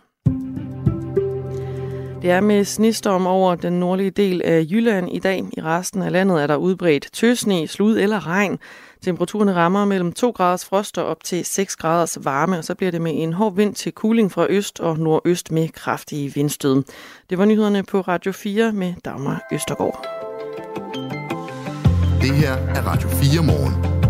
Det er med snestorm over den nordlige del af Jylland i dag. I resten af landet er der udbredt tøsne, slud eller regn. Temperaturen rammer mellem to graders frost og op til seks graders varme, og så bliver det med en hård vind til kuling fra øst og nordøst med kraftige vindstød. Det var nyhederne på Radio fire med Dagmar Østergaard. Det her er Radio fire morgen.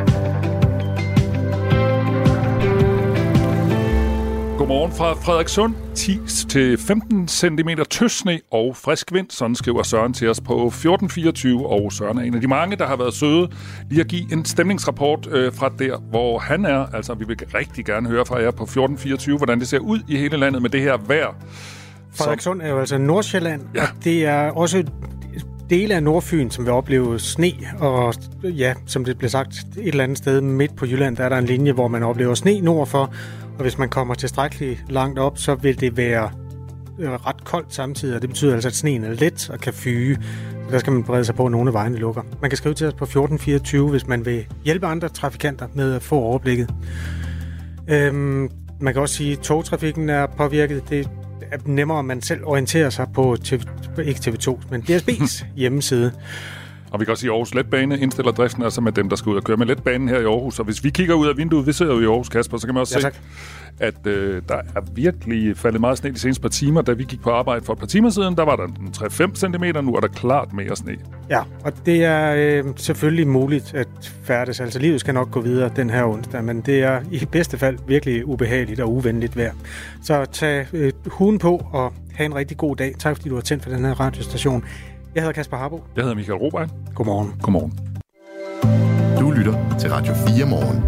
Godmorgen fra Frederikssund. ti til femten centimeter tøsne og frisk vind, sådan skriver Søren til os på fjorten fireogtyve, og Søren er en af de mange, der har været søde lige at give en stemningsrapport øh, fra der, hvor han er. Altså, vi vil rigtig gerne høre fra jer på fjorten fireogtyve, hvordan det ser ud i hele landet med det her vejr. Frederikssund er jo altså Nordsjælland, ja. Og det er også dele af Nordfyn, som vil opleve sne, og ja, som det blev sagt, et eller andet sted midt på Jylland, der er der en linje, hvor man oplever sne nordfor, og hvis man kommer tilstrækkeligt langt op, så vil det være ret koldt samtidig, og det betyder altså, at sneen er let og kan fyge. Så der skal man berede sig på, at nogle af vejene lukker. Man kan skrive til os på fjorten fireogtyve, hvis man vil hjælpe andre trafikanter med at få overblikket. Øhm, man kan også sige, at togtrafikken er påvirket. Det er nemmere, at man selv orienterer sig på, T V, ikke T V to, men D S B's hjemmeside. Og vi kan også sige, at Aarhus Letbane indstiller driften altså med dem, der skal ud og køre med letbanen her i Aarhus. Og hvis vi kigger ud af vinduet, vi sidder jo i Aarhus, Kasper, så kan man også ja, se, tak. at øh, der er virkelig faldet meget sne de seneste par timer. Da vi gik på arbejde for et par timer siden, der var der tre til fem centimeter. Nu er der klart mere sne. Ja, og det er øh, selvfølgelig muligt at færdes. Altså livet skal nok gå videre den her onsdag, men det er i bedste fald virkelig ubehageligt og uvenligt vejr. Så tag øh, huden på og have en rigtig god dag. Tak fordi du har tændt for den her radiostation. Jeg hedder Kasper Harbo. Jeg hedder Michael Robein. Godmorgen. Godmorgen. Du lytter til Radio fire morgen.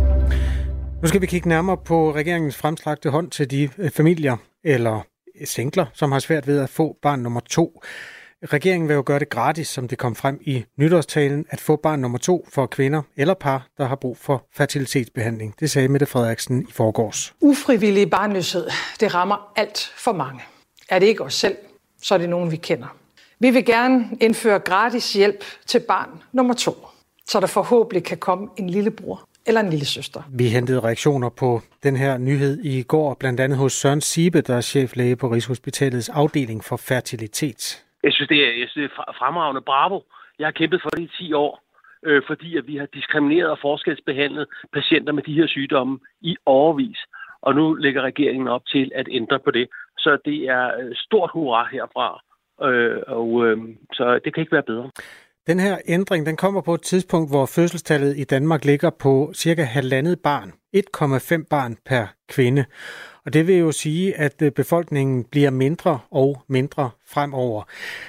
Nu skal vi kigge nærmere på regeringens fremstrakte hånd til de familier eller singler, som har svært ved at få barn nummer to. Regeringen vil jo gøre det gratis, som det kom frem i nytårstalen, at få barn nummer to for kvinder eller par, der har brug for fertilitetsbehandling. Det sagde Mette Frederiksen i forgårs. Ufrivillig barnløshed, det rammer alt for mange. Er det ikke os selv, så er det nogen, vi kender. Vi vil gerne indføre gratis hjælp til barn nummer to, så der forhåbentlig kan komme en lillebror eller en lille søster. Vi hentede reaktioner på den her nyhed i går, blandt andet hos Søren Sibe, der er cheflæge på Rigshospitalets afdeling for fertilitet. Jeg synes, det er, jeg synes, det er fremragende. Bravo. Jeg har kæmpet for det i ti år, øh, fordi at vi har diskrimineret og forskelsbehandlet patienter med de her sygdomme i årevis. Og nu lægger regeringen op til at ændre på det. Så det er stort hurra herfra. Øh, og øh, så det kan ikke være bedre. Den her ændring, den kommer på et tidspunkt, hvor fødselstallet i Danmark ligger på cirka halvandet barn. et komma fem barn per kvinde. Og det vil jo sige, at befolkningen bliver mindre og mindre fremover.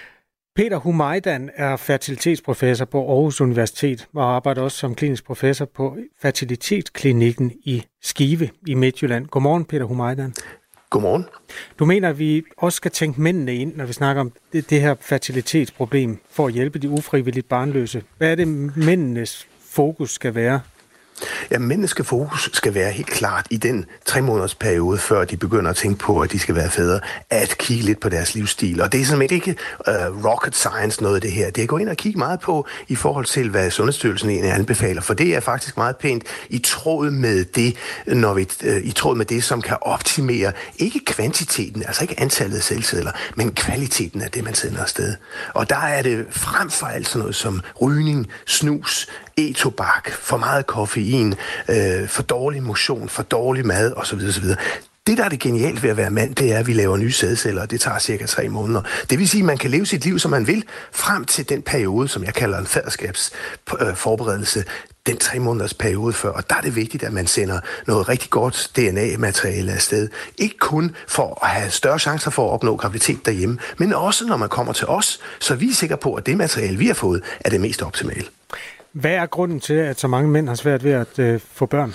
Peter Humaydan er fertilitetsprofessor på Aarhus Universitet og arbejder også som klinisk professor på fertilitetsklinikken i Skive i Midtjylland. Godmorgen, Peter Humaydan. Godmorgen. Du mener, at vi også skal tænke mændene ind, når vi snakker om det, det her fertilitetsproblem, for at hjælpe de ufrivilligt barnløse. Hvad er det, mændenes fokus skal være? Ja, menneskets fokus skal være helt klart i den tre måneders periode, før de begynder at tænke på, at de skal være fædre, at kigge lidt på deres livsstil. Og det er simpelthen ikke uh, rocket science noget af det her. Det er at gå ind og kigge meget på i forhold til, hvad Sundhedsstyrelsen egentlig anbefaler. For det er faktisk meget pænt i tråd med det, når vi, uh, i tråd med det, som kan optimere ikke kvantiteten, altså ikke antallet af celceller, men kvaliteten af det, man sender afsted. Og der er det frem for alt sådan noget som rygning, snus, e-tobak, for meget koffein, øh, for dårlig motion, for dårlig mad osv. osv. Det, der er det genialt ved at være mand, det er, at vi laver nye sædceller, og det tager cirka tre måneder. Det vil sige, at man kan leve sit liv, som man vil, frem til den periode, som jeg kalder en faderskabsforberedelse, den tre måneders periode før. Og der er det vigtigt, at man sender noget rigtig godt D N A-materiale afsted. Ikke kun for at have større chancer for at opnå graviditet derhjemme, men også når man kommer til os, så vi er sikre på, at det materiale, vi har fået, er det mest optimale. Hvad er grunden til, at så mange mænd har svært ved at øh, få børn?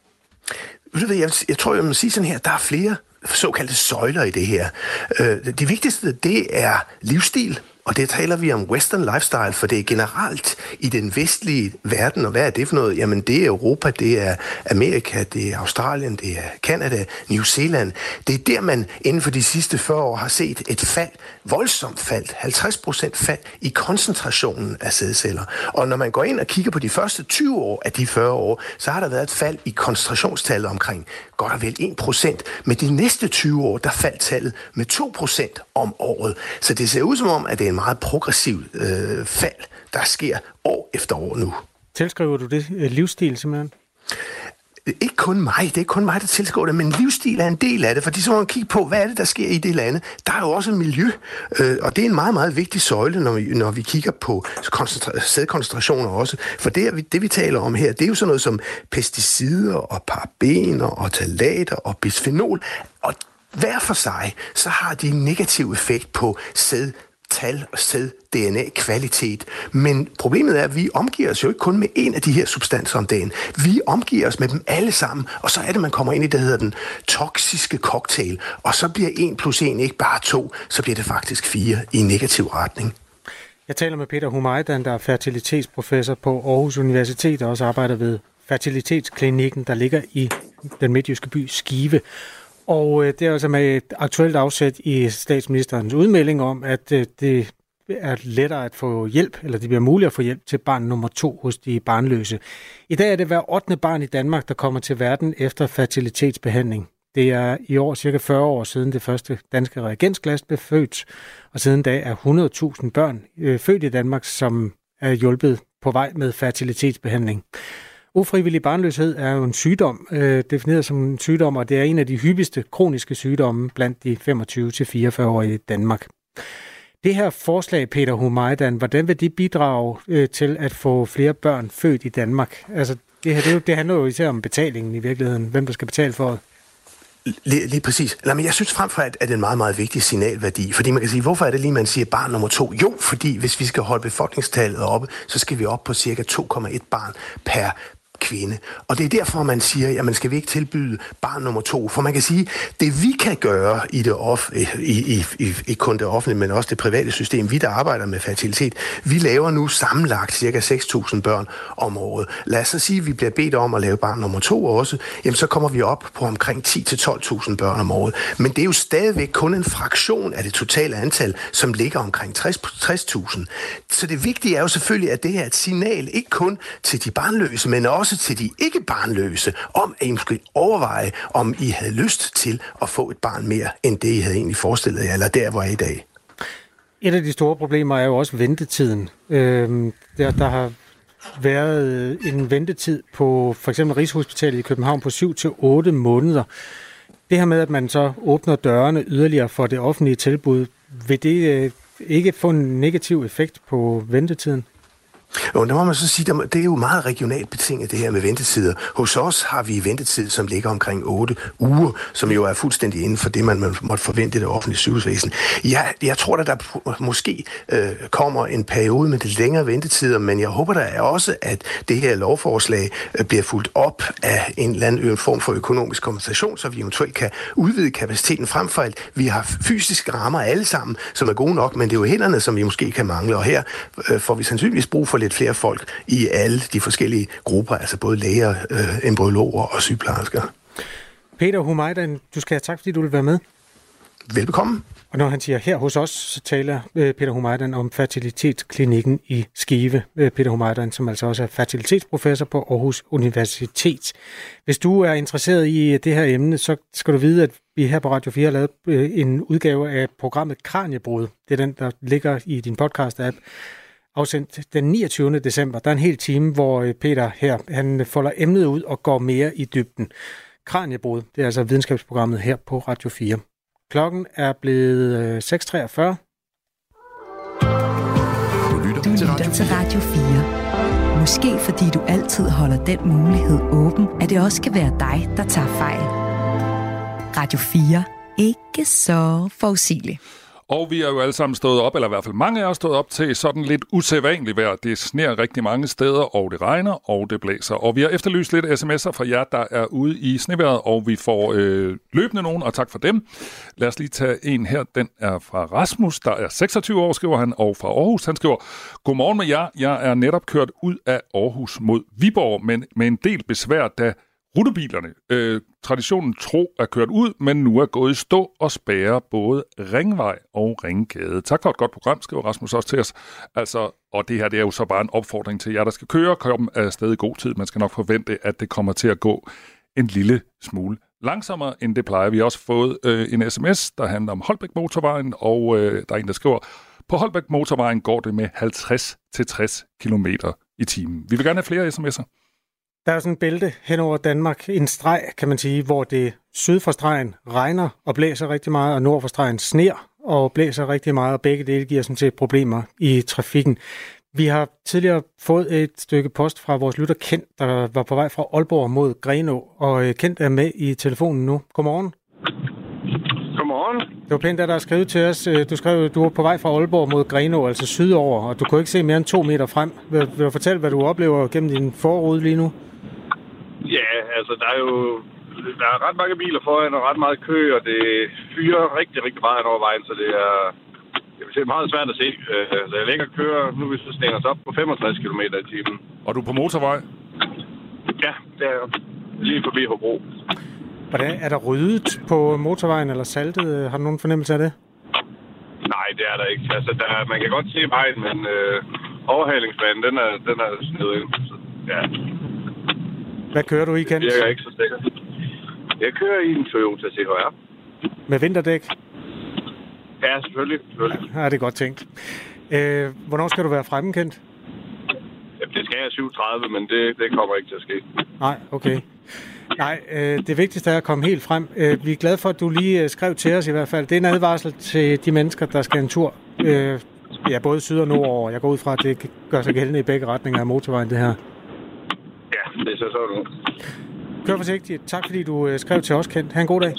Jeg, jeg tror, jeg må sige sådan her, der er flere såkaldte søjler i det her. Øh, det vigtigste, det er livsstil. Og det taler vi om western lifestyle, for det er generelt i den vestlige verden. Og hvad er det for noget? Jamen det er Europa, det er Amerika, det er Australien, det er Canada, New Zealand. Det er der, man inden for de sidste fyrre år har set et fald, voldsomt fald, halvtreds procent fald i koncentrationen af sædceller. Og når man går ind og kigger på de første tyve år af de fyrre år, så har der været et fald i koncentrationstallet omkring godt og vel en procent. Med de næste tyve år, der faldt tallet med to procent om året. Så det ser ud som om, at det er en meget progressiv øh, fald, der sker år efter år nu. Tilskriver du det livsstil simpelthen? Ikke kun mig, det er ikke kun mig, der tilskriver det, men livsstil er en del af det, fordi så må man kigge på, hvad er det, der sker i det lande. Der er jo også miljø, øh, og det er en meget, meget vigtig søjle, når vi, når vi kigger på koncentra- sædkoncentrationer også. For det, det, vi taler om her, det er jo sådan noget som pesticider og parabener og ftalater og bisfenol, og hver for sig, så har de en negativ effekt på sæd, tal og sæd, D N A-kvalitet. Men problemet er, at vi omgiver os jo ikke kun med en af de her substanser om dagen. Vi omgiver os med dem alle sammen, og så er det, man kommer ind i det, der hedder den toksiske cocktail. Og så bliver en plus en ikke bare to, så bliver det faktisk fire i negativ retning. Jeg taler med Peter Humaydan, der er fertilitetsprofessor på Aarhus Universitet og også arbejder ved fertilitetsklinikken, der ligger i den midtjyske by Skive. Og det er altså med et aktuelt afsæt i statsministerens udmelding om, at det er lettere at få hjælp, eller det bliver muligt at få hjælp til barn nummer to hos de barnløse. I dag er det hver ottende barn i Danmark, der kommer til verden efter fertilitetsbehandling. Det er i år cirka fyrre år siden det første danske reagensglas blev født, og siden da er hundrede tusind børn øh, født i Danmark, som er hjulpet på vej med fertilitetsbehandling. Ufrivillig barnløshed er jo en sygdom, øh, defineret som en sygdom, og det er en af de hyppigste kroniske sygdomme blandt de femogtyve til fireogfyrre-årige i Danmark. Det her forslag, Peter Humaydan, hvordan vil det bidrage øh, til at få flere børn født i Danmark? Altså, det, her, det, jo, det handler jo især om betalingen i virkeligheden, hvem der skal betale for det. Lige, lige præcis. Lad mig, jeg synes frem for alt, at det er en meget, meget vigtig signalværdi. Fordi man kan sige, hvorfor er det lige, man siger barn nummer to? Jo, fordi hvis vi skal holde befolkningstallet oppe, så skal vi op på cirka to komma et barn per kvinde. Og det er derfor, man siger, at man skal vi ikke tilbyde barn nummer to. For man kan sige, det vi kan gøre i det off, i, i, i, ikke kun det offentlige, men også det private system, vi der arbejder med fertilitet, vi laver nu sammenlagt cirka seks tusind børn om året. Lad os så sige, at vi bliver bedt om at lave barn nummer to også, jamen så kommer vi op på omkring ti til tolv tusind børn om året. Men det er jo stadigvæk kun en fraktion af det totale antal, som ligger omkring tres tusind. Så det vigtige er jo selvfølgelig, at det her er et signal, ikke kun til de barnløse, men også til de ikke barnløse, om at I måske overveje, om I havde lyst til at få et barn mere, end det I havde egentlig forestillet jer, eller der, hvor I er i dag. Et af de store problemer er jo også ventetiden. Øhm, der, der har været en ventetid på for eksempel Rigshospitalet i København på syv til otte måneder. Det her med, at man så åbner dørene yderligere for det offentlige tilbud, vil det øh, ikke få en negativ effekt på ventetiden? Jo, der må man så sige, det er jo meget regionalt betinget, det her med ventetider. Hos os har vi ventetid, som ligger omkring otte uger, som jo er fuldstændig inden for det, man måtte forvente i det offentlige sygehusvæsen. Jeg, jeg tror, at der måske øh, kommer en periode med lidt længere ventetider, men jeg håber da også, at det her lovforslag øh, bliver fulgt op af en eller anden form for økonomisk kompensation, så vi eventuelt kan udvide kapaciteten frem for alt. Vi har fysiske rammer alle sammen, som er gode nok, men det er jo hænderne, som vi måske kan mangle, og her øh, får vi sandsynligvis brug for lidt flere folk i alle de forskellige grupper, altså både læger, øh, embryologer og sygeplejersker. Peter Humaydan, du skal have tak, fordi du vil være med. Velbekomme. Og når han siger her hos os, så taler øh, Peter Humaydan om fertilitetsklinikken i Skive. Øh, Peter Humaydan, som altså også er fertilitetsprofessor på Aarhus Universitet. Hvis du er interesseret i det her emne, så skal du vide, at vi her på Radio fire har lavet øh, en udgave af programmet Kraniebrud. Det er den, der ligger i din podcast-app. Afsendt den niogtyvende december. Der er en hel time, hvor Peter her, han folder emnet ud og går mere i dybden. Kraniebrud, det er altså videnskabsprogrammet her på Radio fire. Klokken er blevet seks treogfyrre. Du lytter til Radio fire. Måske fordi du altid holder den mulighed åben, at det også kan være dig, der tager fejl. Radio fire. Ikke så forudsigeligt. Og vi er jo alle sammen stået op, eller i hvert fald mange af os stået op til sådan lidt usædvanligt vejr. Det sner rigtig mange steder, og det regner, og det blæser. Og vi har efterlyst lidt sms'er fra jer, der er ude i sneværet, og vi får øh, løbende nogen, og tak for dem. Lad os lige tage en her. Den er fra Rasmus, der er seksogtyve år, skriver han, og fra Aarhus. Han skriver, godmorgen med jer. Jeg er netop kørt ud af Aarhus mod Viborg, men med en del besvær, da rutebilerne, øh, traditionen tro, er kørt ud, men nu er gået i stå og spærrer både Ringvej og Ringgade. Tak for et godt program, skriver Rasmus også til os. Altså, og det her det er jo så bare en opfordring til jer, der skal køre. Kom afsted i god tid. Man skal nok forvente, at det kommer til at gå en lille smule langsommere, end det plejer. Vi har også fået øh, en sms, der handler om Holbæk Motorvejen, og øh, der er en, der skriver, på Holbæk Motorvejen går det med halvtreds til tres kilometer i timen. Vi vil gerne have flere sms'er. Der er sådan en bælte hen over Danmark, en streg, kan man sige, hvor det syd for stregen regner og blæser rigtig meget, og nord for stregen sner og blæser rigtig meget, og begge dele giver sådan set problemer i trafikken. Vi har tidligere fået et stykke post fra vores lytter Kent, der var på vej fra Aalborg mod Grenaa, og Kent er med i telefonen nu. Godmorgen. Godmorgen. Det var pænt, at der er skrevet til os. Du skrev, at du var på vej fra Aalborg mod Grenaa, altså sydover, og du kunne ikke se mere end to meter frem. Vil, vil du fortælle, hvad du oplever gennem din forrude lige nu? Ja, altså der er jo der er ret mange biler foran og ret meget kø, og det fyrer rigtig, rigtig meget over vejen, så det er, det er meget svært at se. Så jeg lægger kører, nu hvis vi slænger os op på femogtres kilometer i timen. Og du er på motorvej? Ja, det er lige forbi Hobro. Hvordan er der ryddet på motorvejen eller saltet? Har du nogen fornemmelse af det? Nej, det er der ikke. Altså, der, man kan godt se vejen, men øh, overhalingsbanen, den er, den er snedet ind. Så, ja. Hvad kører du i, Kent? Det er ikke så sikkert. Jeg kører i en Toyota C H R. Med vinterdæk? Ja, selvfølgelig. selvfølgelig. Ja, det er godt tænkt. Øh, hvornår skal du være fremme, Kent? Jamen, det skal jeg syv tredive, men det, det kommer ikke til at ske. Nej, okay. Nej, øh, det vigtigste er at komme helt frem. Øh, vi er glade for, at du lige skrev til os i hvert fald. Det er en advarsel til de mennesker, der skal en tur. Øh, ja, både syd og nord over. Jeg går ud fra, at det gør sig gældende i begge retninger af motorvejen, det her. Ja, det er så sådan. Kør forsigtigt. Tak, fordi du øh, skrev til os, Kent. Ha' en god dag.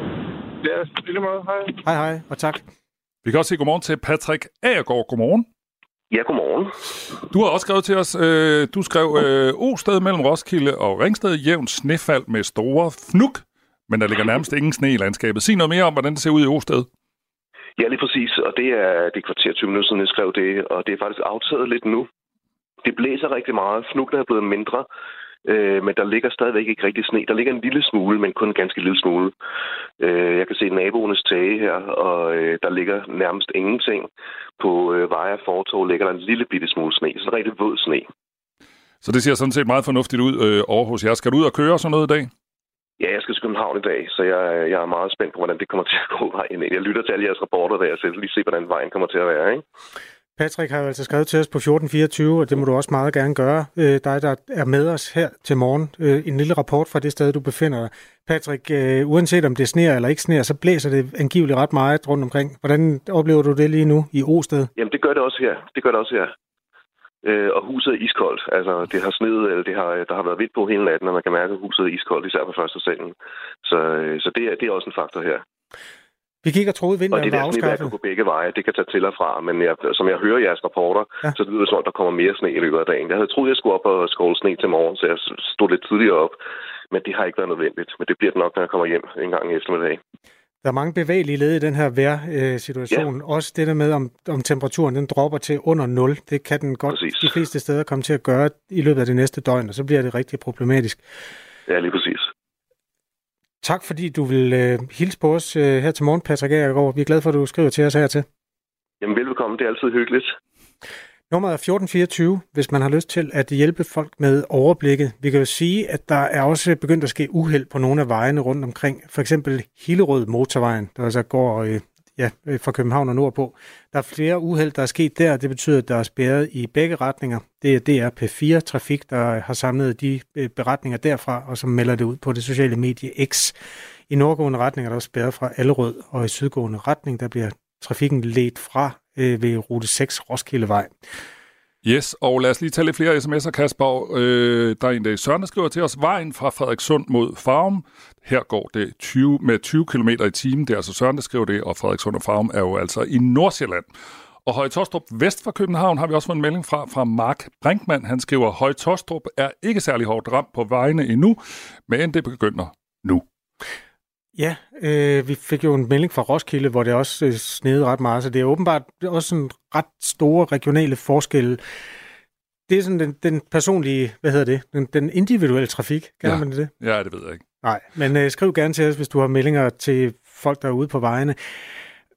Ja, lille måde. Hej. Hej, hej, og tak. Vi kan også sige godmorgen til Patrick Agergaard. Godmorgen. Ja, godmorgen. Du har også skrevet til os, øh, du skrev øh, O-sted mellem Roskilde og Ringsted, jævnt snefald med store fnuk, men der ligger nærmest ingen sne i landskabet. Sig noget mere om, hvordan det ser ud i O-sted. Ja, lige præcis, og det er det kvarter tyve minutter siden, jeg skrev det, og det er faktisk aftaget lidt nu. Det blæser rigtig meget, fnukkene er blevet mindre, øh, men der ligger stadigvæk ikke rigtig sne. Der ligger en lille smule, men kun en ganske lille smule. Øh, jeg kan se naboernes tage her, og øh, der ligger nærmest ingenting. På øh, veje og fortov ligger der en lille bitte smule sne, så rigtig våd sne. Så det ser sådan set meget fornuftigt ud øh, over hos jer. Skal du ud og køre sådan noget i dag? Ja, jeg skal til København i dag, så jeg, jeg er meget spændt på, hvordan det kommer til at gå vejen. Jeg lytter til alle jeres rapporter der, så jeg lige se, hvordan vejen kommer til at være, ikke? Patrick har jo altså skrevet til os på fjorten fireogtyve, og det må du også meget gerne gøre. Øh, dig, der er med os her til morgen. Øh, en lille rapport fra det sted, du befinder dig. Patrick, øh, uanset om det sner eller ikke sner, så blæser det angiveligt ret meget rundt omkring. Hvordan oplever du det lige nu i O-sted? Jamen, det gør det også her. Det gør det også her. Øh, og huset er iskoldt. Altså, det har sneet, eller det har, der har været vidt på hele natten, og man kan mærke, at huset er iskoldt, især på første salen. Så, øh, så det, er, det er også en faktor her. Vi gik og troede, vinteren var afskaffet. Og det der sneværk på begge veje, det kan tage til og fra, men jeg, som jeg hører jeres rapporter, ja. Så lyder det som, at der kommer mere sne i løbet af dagen. Jeg havde troet, jeg skulle op og skåle sne til morgen, så jeg stod lidt tidligere op, men det har ikke været nødvendigt. Men det bliver det nok, når jeg kommer hjem en gang i eftermiddag. Der er mange bevægelige led i den her vejrsituation. Ja. Også det der med, om, om temperaturen den dropper til under nul. Det kan den godt præcis. De fleste steder komme til at gøre i løbet af det næste døgn, og så bliver det rigtig problematisk. Ja, lige præcis. Tak fordi du vil øh, hilse på os øh, her til morgen, Patrick Agergaard. Vi er glade for, at du skriver til os hertil. Jamen velbekomme, det er altid hyggeligt. Nummeret er fjorten fireogtyve, hvis man har lyst til at hjælpe folk med overblikket. Vi kan jo sige, at der er også begyndt at ske uheld på nogle af vejene rundt omkring. For eksempel Hillerød motorvejen, der altså går øh, ja, fra København og nordpå. Der er flere uheld, der er sket der. Det betyder, at der er spærret i begge retninger. Det er D R P fire Trafik, der har samlet de beretninger derfra, og som melder det ud på det sociale medie X. I nordgående retning er der spærret fra Allerød, og i sydgående retning, der bliver trafikken ledt fra øh, ved rute seks Roskildevej. Yes, og lad os lige tage lidt flere sms'er, Kasper. Øh, der er en dag Søren, der skriver til os, vejen fra Frederikssund mod Farum. Her går det tyve, med tyve kilometer i timen. Det er altså Søren, der skriver det, og Frederikssund og Farum er jo altså i Nordsjælland. Og Høje Taastrup vest for København har vi også fået en melding fra, fra Mark Brinkmann. Han skriver, Høje Taastrup er ikke særlig hårdt ramt på vejene endnu, men det begynder nu. Ja, øh, vi fik jo en melding fra Roskilde, hvor det også øh, snede ret meget, så det er åbenbart også en ret store regionale forskelle. Det er sådan den, den personlige, hvad hedder det, den, den individuelle trafik, kalder ja. man det? Ja, det ved jeg ikke. Nej, men øh, skriv gerne til os, hvis du har meldinger til folk, der er ude på vejene.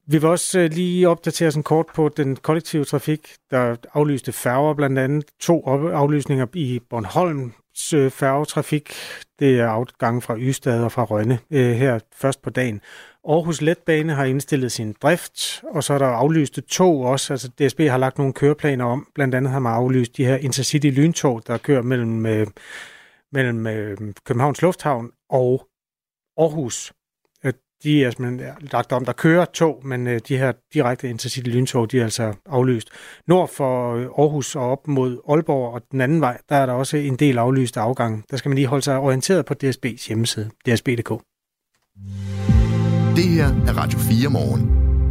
Vi vil også lige opdatere sådan kort på den kollektive trafik, der aflyste færger, blandt andet to aflysninger i Bornholms færgetrafik. Det er afgang fra Ystad og fra Rønne her først på dagen. Aarhus Letbane har indstillet sin drift, og så er der aflyste tog også. Altså D S B har lagt nogle køreplaner om. Blandt andet har man aflyst de her Intercity-lyntog, der kører mellem, øh, mellem øh, Københavns Lufthavn og Aarhus. De er simpelthen lagt om, der kører tog, men øh, de her direkte Intercity-lyntog, de er altså aflyst. Nord for Aarhus og op mod Aalborg og den anden vej, der er der også en del aflyste afgange. Der skal man lige holde sig orienteret på D S B's hjemmeside, d s b punktum d k. Det her er Radio fire morgen.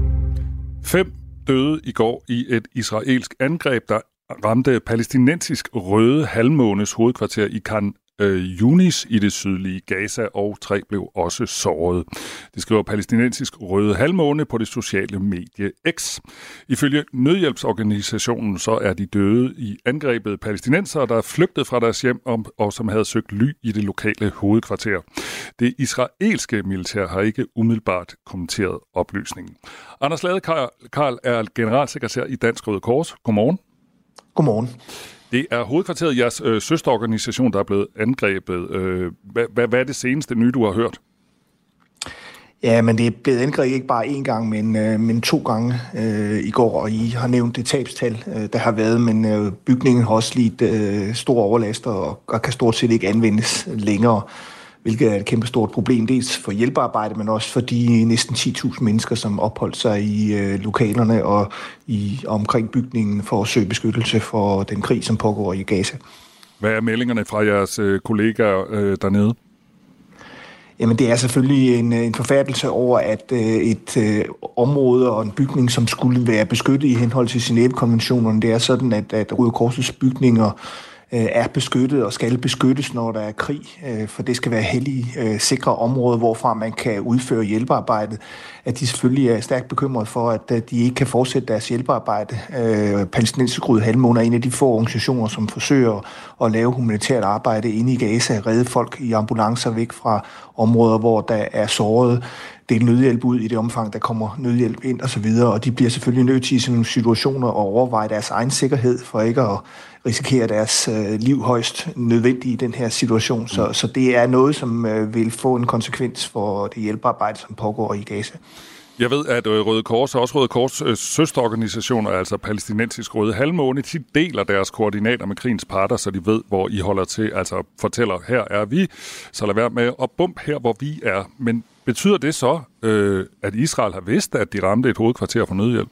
Fem døde i går i et israelsk angreb, der ramte palæstinensisk Røde Halvmånes hovedkvarter i Khan Yunis i det sydlige Gaza, og tre blev også såret. Det skriver palæstinensisk Røde Halvmåne på det sociale medie X. Ifølge nødhjælpsorganisationen så er de døde i angrebet palæstinensere, der er flygtet fra deres hjem og, og som havde søgt ly i det lokale hovedkvarter. Det israelske militær har ikke umiddelbart kommenteret oplysningen. Anders Ladekarl er generalsekretær i Dansk Røde Kors. Godmorgen. Godmorgen. Det er hovedkvarteret jeres øh, søsterorganisation, der er blevet angrebet. Øh, hvad, hvad, hvad er det seneste nye, du har hørt? Ja, men det er blevet angrebet ikke bare én gang, men, øh, men to gange øh, i går, og I har nævnt det tabstal, øh, der har været, men øh, bygningen har også lidt øh, store overlaster og, og kan stort set ikke anvendes længere, hvilket er et kæmpe stort problem, dels for hjælpearbejde, men også for de næsten ti tusind mennesker, som opholdt sig i øh, lokalerne og i omkring bygningen for at søge beskyttelse for den krig, som pågår i Gaza. Hvad er meldingerne fra jeres øh, kollegaer øh, dernede? Jamen, det er selvfølgelig en, en forfærdelse over, at øh, et øh, område og en bygning, som skulle være beskyttet i henhold til Genève-konventionerne, det er sådan, at, at Røde Korsets bygninger er beskyttet og skal beskyttes, når der er krig, for det skal være hellige, sikre områder, hvorfra man kan udføre hjælpearbejdet. At de selvfølgelig er stærkt bekymrede for, at de ikke kan fortsætte deres hjælpearbejde. Palæstinensisk Røde Halvmåne er en af de få organisationer, som forsøger at lave humanitært arbejde inde i Gaza, redde folk i ambulancer væk fra områder, hvor der er såret, dele nødhjælp ud i det omfang, der kommer nødhjælp ind osv., og de bliver selvfølgelig nødt til i sådan nogle situationer at overveje deres egen sikkerhed, for ikke at risikere deres øh, liv højst nødvendigt i den her situation. Så, så det er noget, som øh, vil få en konsekvens for det hjælpearbejde, som pågår i Gaza. Jeg ved, at Røde Kors og også Røde Kors øh, søsterorganisationer, altså palæstinensisk Røde Halvmåne, de deler deres koordinater med krigens parter, så de ved, hvor I holder til. Altså fortæller, her er vi, så lad være med at bump her, hvor vi er. Men betyder det så, øh, at Israel har vidst, at de ramte et hovedkvarter for nødhjælp?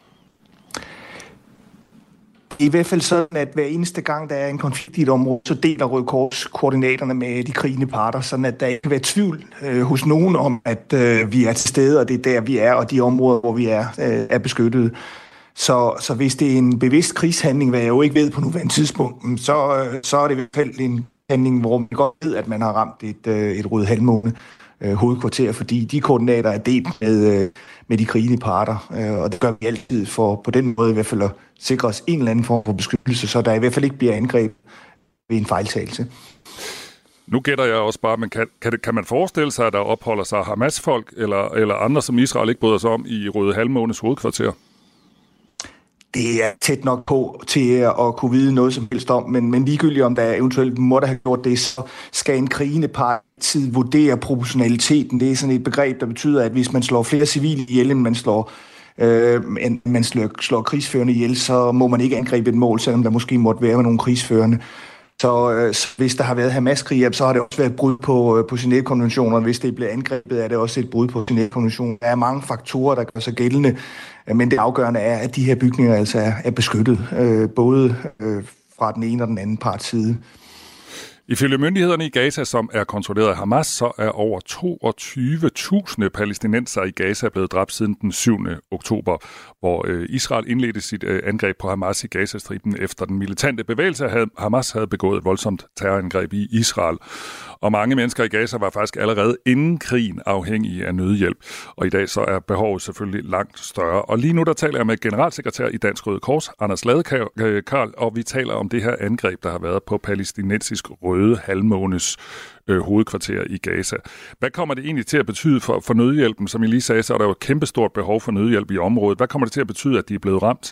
I hvert fald sådan, at hver eneste gang, der er en konflikt i et område, så deler Røde Kors koordinaterne med de krigende parter, sådan at der ikke kan være tvivl øh, hos nogen om, at øh, vi er til stede, og det er der, vi er, og de områder, hvor vi er, øh, er beskyttet. Så, så hvis det er en bevidst krigshandling, hvad jeg jo ikke ved på nuværende tidspunkt, så, øh, så er det i hvert fald en handling, hvor man godt ved, at man har ramt et, øh, et Røde Halvmåne øh, hovedkvarter, fordi de koordinater er delt med, øh, med de krigende parter, øh, og det gør vi altid for på den måde i hvert fald at sikre os en eller anden form for beskyttelse, så der i hvert fald ikke bliver angreb ved en fejltagelse. Nu gætter jeg også bare, men kan, kan, det, kan man forestille sig, at der opholder sig Hamas-folk eller, eller andre, som Israel ikke bryder sig om i Røde Halvmånes hovedkvarter? Det er tæt nok på til at kunne vide noget som helst om, men, men ligegyldigt om der eventuelt måtte have gjort det, så skal en krigende part tid vurdere proportionaliteten. Det er sådan et begreb, der betyder, at hvis man slår flere civile ihjel, end man slår øh, end man slår, slår krigsførende ihjel, så må man ikke angribe et mål, selvom der måske måtte være nogle krigsførende. Så øh, hvis der har været Hamas-krig, så har det også været et brud på, øh, på Genève-konventionen. Hvis det bliver angrebet, er det også et brud på Genève-konventionen. Der er mange faktorer, der gør sig gældende, øh, men det afgørende er, at de her bygninger altså er, er beskyttet, øh, både øh, fra den ene og den anden parts side. Ifølge myndighederne i Gaza, som er kontrolleret af Hamas, så er over toogtyve tusind palæstinensere i Gaza blevet dræbt siden den syvende oktober, hvor Israel indledte sit angreb på Hamas i Gazastriben efter den militante bevægelse af Hamas havde begået et voldsomt terrorangreb i Israel. Og mange mennesker i Gaza var faktisk allerede inden krigen afhængige af nødhjælp. Og i dag så er behovet selvfølgelig langt større. Og lige nu der taler jeg med generalsekretær i Dansk Røde Kors, Anders Ladekarl, og vi taler om det her angreb, der har været på palæstinensisk Røde Røde Halvmånes øh, hovedkvarter i Gaza. Hvad kommer det egentlig til at betyde for, for nødhjælpen? Som I lige sagde, så er der jo et kæmpestort behov for nødhjælp i området. Hvad kommer det til at betyde, at de er blevet ramt?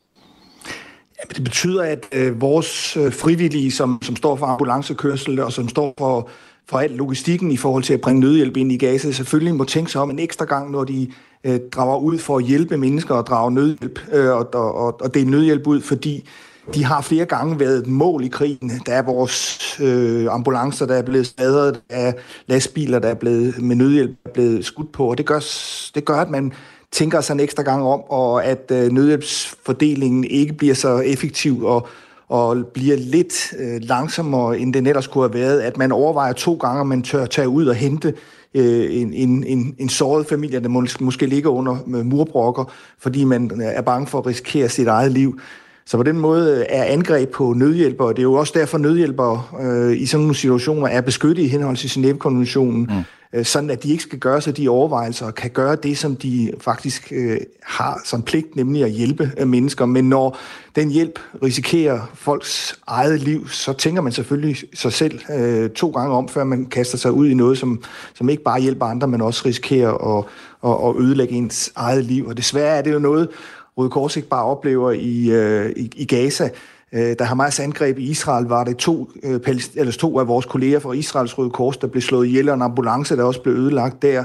Ja, det betyder, at øh, vores øh, frivillige, som, som står for ambulancekørsel og som står for, for al logistikken i forhold til at bringe nødhjælp ind i Gaza, selvfølgelig må tænke sig om en ekstra gang, når de øh, drager ud for at hjælpe mennesker og drage nødhjælp øh, og, og, og dele nødhjælp ud, fordi de har flere gange været et mål i krigen. Der er vores øh, ambulancer, der er blevet smadret, der er lastbiler, der er blevet med nødhjælp er blevet skudt på, og det gør, det gør at man tænker sig en ekstra gang om, og at øh, nødhjælpsfordelingen ikke bliver så effektiv og, og bliver lidt øh, langsommere, end den ellers kunne have været. At man overvejer to gange, at man tør tage ud og hente øh, en, en, en, en såret familie, der mås- måske ligger under murbrokker, fordi man er bange for at risikere sit eget liv. Så på den måde er angreb på nødhjælpere, og det er jo også derfor, nødhjælpere øh, i sådan nogle situationer er beskyttet i henhold til Genève-konventionen, mm. øh, sådan at de ikke skal gøre sig de overvejelser og kan gøre det, som de faktisk øh, har som pligt, nemlig at hjælpe øh, mennesker. Men når den hjælp risikerer folks eget liv, så tænker man selvfølgelig sig selv øh, to gange om, før man kaster sig ud i noget, som, som ikke bare hjælper andre, men også risikerer at, at, at ødelægge ens eget liv. Og desværre er det jo noget, Røde Kors ikke bare oplever i, øh, i, i Gaza. Øh, da Hamas angreb i Israel, var det to, øh, palest- eller to af vores kolleger fra Israels Røde Kors, der blev slået ihjel, og en ambulance, der også blev ødelagt der.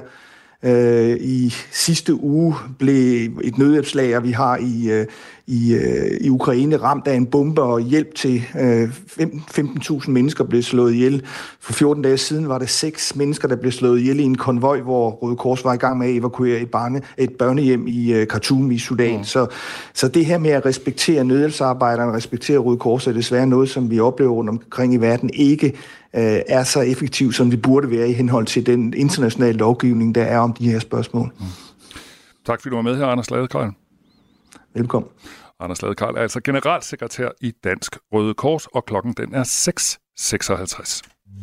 Øh, I sidste uge blev et nødhjælpslager, vi har i, øh, i, øh, i Ukraine, ramt af en bombe, og hjælp til øh, femten tusind mennesker blev slået ihjel. For fjorten dage siden var det seks mennesker, der blev slået ihjel i en konvoj, hvor Røde Kors var i gang med at evakuere et, barne, et børnehjem i øh, Khartoum i Sudan. Mm. Så, så det her med at respektere nødhjælpsarbejderne, respektere Røde Kors, er desværre noget, som vi oplever rundt omkring i verden, ikke øh, er så effektiv, som det burde være i henhold til den internationale lovgivning, der er om de her spørgsmål. Mm. Tak fordi du var med her, Anders Ladekarl. Velkommen. Anders Ladekarl er altså generalsekretær i Dansk Røde Kors, og klokken den er seks seksoghalvtreds.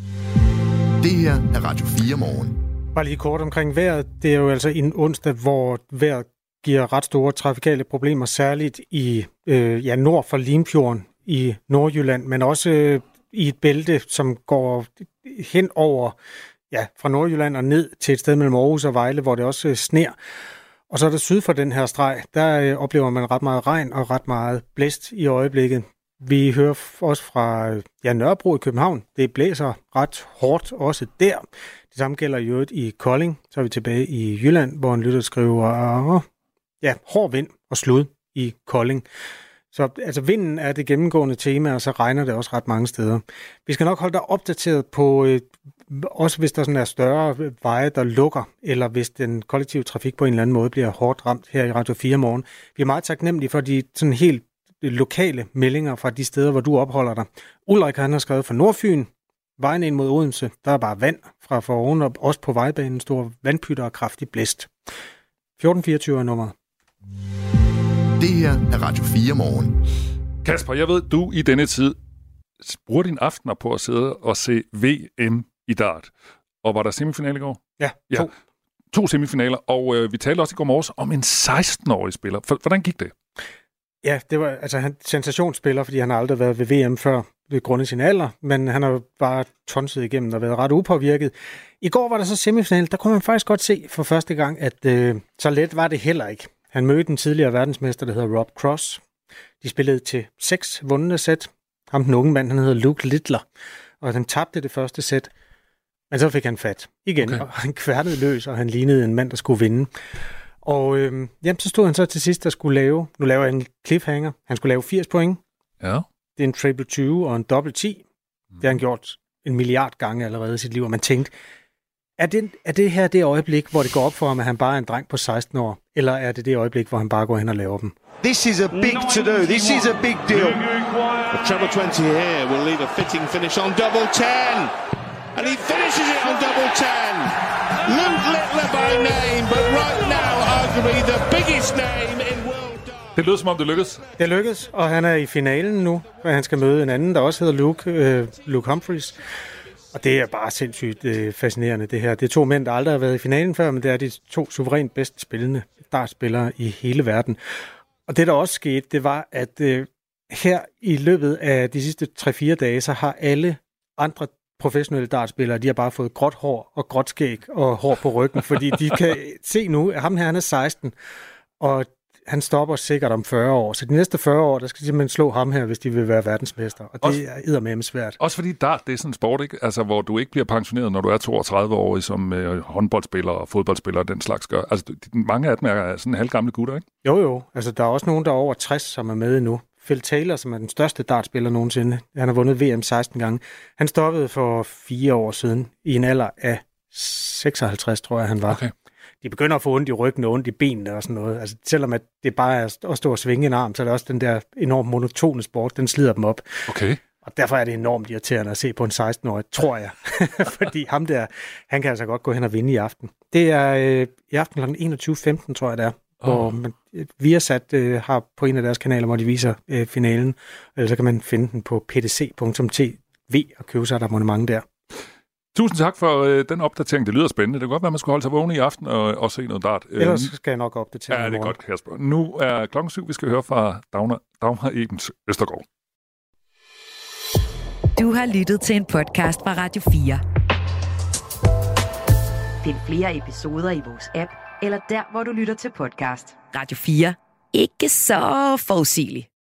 Det her er Radio fire morgen. Bare lige kort omkring vejret. Det er jo altså en onsdag, hvor vejret giver ret store trafikale problemer, særligt i øh, ja, nord for Limfjorden i Nordjylland, men også øh, i et bælte, som går hen over ja, fra Nordjylland og ned til et sted mellem Aarhus og Vejle, hvor det også øh, sner. Og så er der syd for den her streg, der øh, oplever man ret meget regn og ret meget blæst i øjeblikket. Vi hører også fra ja, Nørrebro i København. Det blæser ret hårdt også der. Det samme gælder i øvrigt i Kolding. Så er vi tilbage i Jylland, hvor en lytter skriver, ja, hård vind og slud i Kolding. Så altså, vinden er det gennemgående tema, og så regner det også ret mange steder. Vi skal nok holde dig opdateret på, øh, også hvis der sådan er større veje, der lukker, eller hvis den kollektive trafik på en eller anden måde bliver hårdt ramt her i Radio fire morgen. Vi er meget taknemmelige for de sådan helt lokale meldinger fra de steder, hvor du opholder dig. Ulrik, han har skrevet fra Nordfyn, vejen ind mod Odense, der er bare vand fra foroven, og også på vejbanen store vandpytter og kraftig blæst. fjorten fireogtyve er nummeret. Det her er Radio fire morgen. Kasper, jeg ved, du i denne tid bruger dine aftener på at sidde og se V M i dart. Og var der semifinale i går? Ja, to. Ja, to semifinaler, og øh, vi talte også i går morges om en seksten-årig spiller. Hvordan gik det? Ja, det var altså han sensationsspiller, fordi han har aldrig været ved V M før ved grund af sin alder, men han har jo bare tonset igennem og været ret upåvirket. I går var der så semifinal, der kunne man faktisk godt se for første gang, at øh, så let var det heller ikke. Han mødte den tidligere verdensmester, der hedder Rob Cross. De spillede til seks vundne sæt. Ham den unge mand, han hedder Luke Littler, og han tabte det første sæt, men så fik han fat igen, okay. Og han kværtede løs, og han lignede en mand, der skulle vinde. Og øh, jamen, så stod han så til sidst, der skulle lave, nu laver jeg en cliffhanger, han skulle lave firs point. Ja. Det er en triple tyve og en dobbelt ti. Mm. Det har han gjort en milliard gange allerede i sit liv, og man tænkte, er det, er det her det øjeblik, hvor det går op for ham, at han bare er en dreng på seksten år, eller er det det øjeblik, hvor han bare går hen og laver dem? This is a big to-do. This is a big deal. A treble twenty here will leave a fitting finish on double ten. And he finishes it on double ten. Luke Littler by name, but right now arguably the biggest name in world dart. Det lød som om det lykkedes. Det lykkedes, og han er i finalen nu, og han skal møde en anden, der også hedder Luke, øh, Luke Humphries. Og det er bare sindssygt øh, fascinerende, det her. Det er to mænd, der aldrig har været i finalen før, men det er de to suverænt bedst spillende dartspillere i hele verden. Og det, der også skete, det var, at øh, her i løbet af de sidste tre fire dage, så har alle andre professionelle dartspillere, de har bare fået gråt hår og gråt skæg og hår på ryggen, fordi de kan se nu, at ham her, han er seksten, og han stopper sikkert om fyrre år. Så de næste fyrre år, der skal de simpelthen slå ham her, hvis de vil være verdensmester. Og det også, er eddermame svært. Også fordi dart, det er sådan en sport, ikke? Altså, hvor du ikke bliver pensioneret, når du er toogtredive år, som øh, håndboldspiller og fodboldspiller og den slags gør. Altså, mange af dem er sådan halvgamle gutter, ikke? Jo, jo. Altså, der er også nogen, der er over tres, som er med nu. Phil Taylor, som er den største dartspiller nogensinde. Han har vundet V M seksten gange. Han stoppede for fire år siden i en alder af seksoghalvtreds, tror jeg, han var. Okay. De begynder at få ondt i ryggen og ondt i benene og sådan noget. Altså, selvom at det bare er at stå og svinge en arm, så er det også den der enormt monotone sport, den slider dem op. Okay. Og derfor er det enormt irriterende at se på en seksten-årig, tror jeg. Fordi ham der, han kan altså godt gå hen og vinde i aften. Det er øh, i aften klokken enogtyve femten, tror jeg det er. Oh. Hvor man, Viasat øh, har på en af deres kanaler, hvor de viser øh, finalen. Eller så kan man finde den på p d c punktum t v og købe sig et abonnement der. Tusind tak for øh, den opdatering. Det lyder spændende. Det kan godt være, at man skulle holde sig vågen i aften og, og se noget dart. Ellers skal jeg nok opdatere. Ja, det er godt, Kasper. Nu er klokken syv. Vi skal høre fra Dagmar, Dagmar Ebens Østergaard. Du har lyttet til en podcast fra Radio fire. Find flere episoder i vores app, eller der, hvor du lytter til podcast. Radio fire. Ikke så forudsigeligt.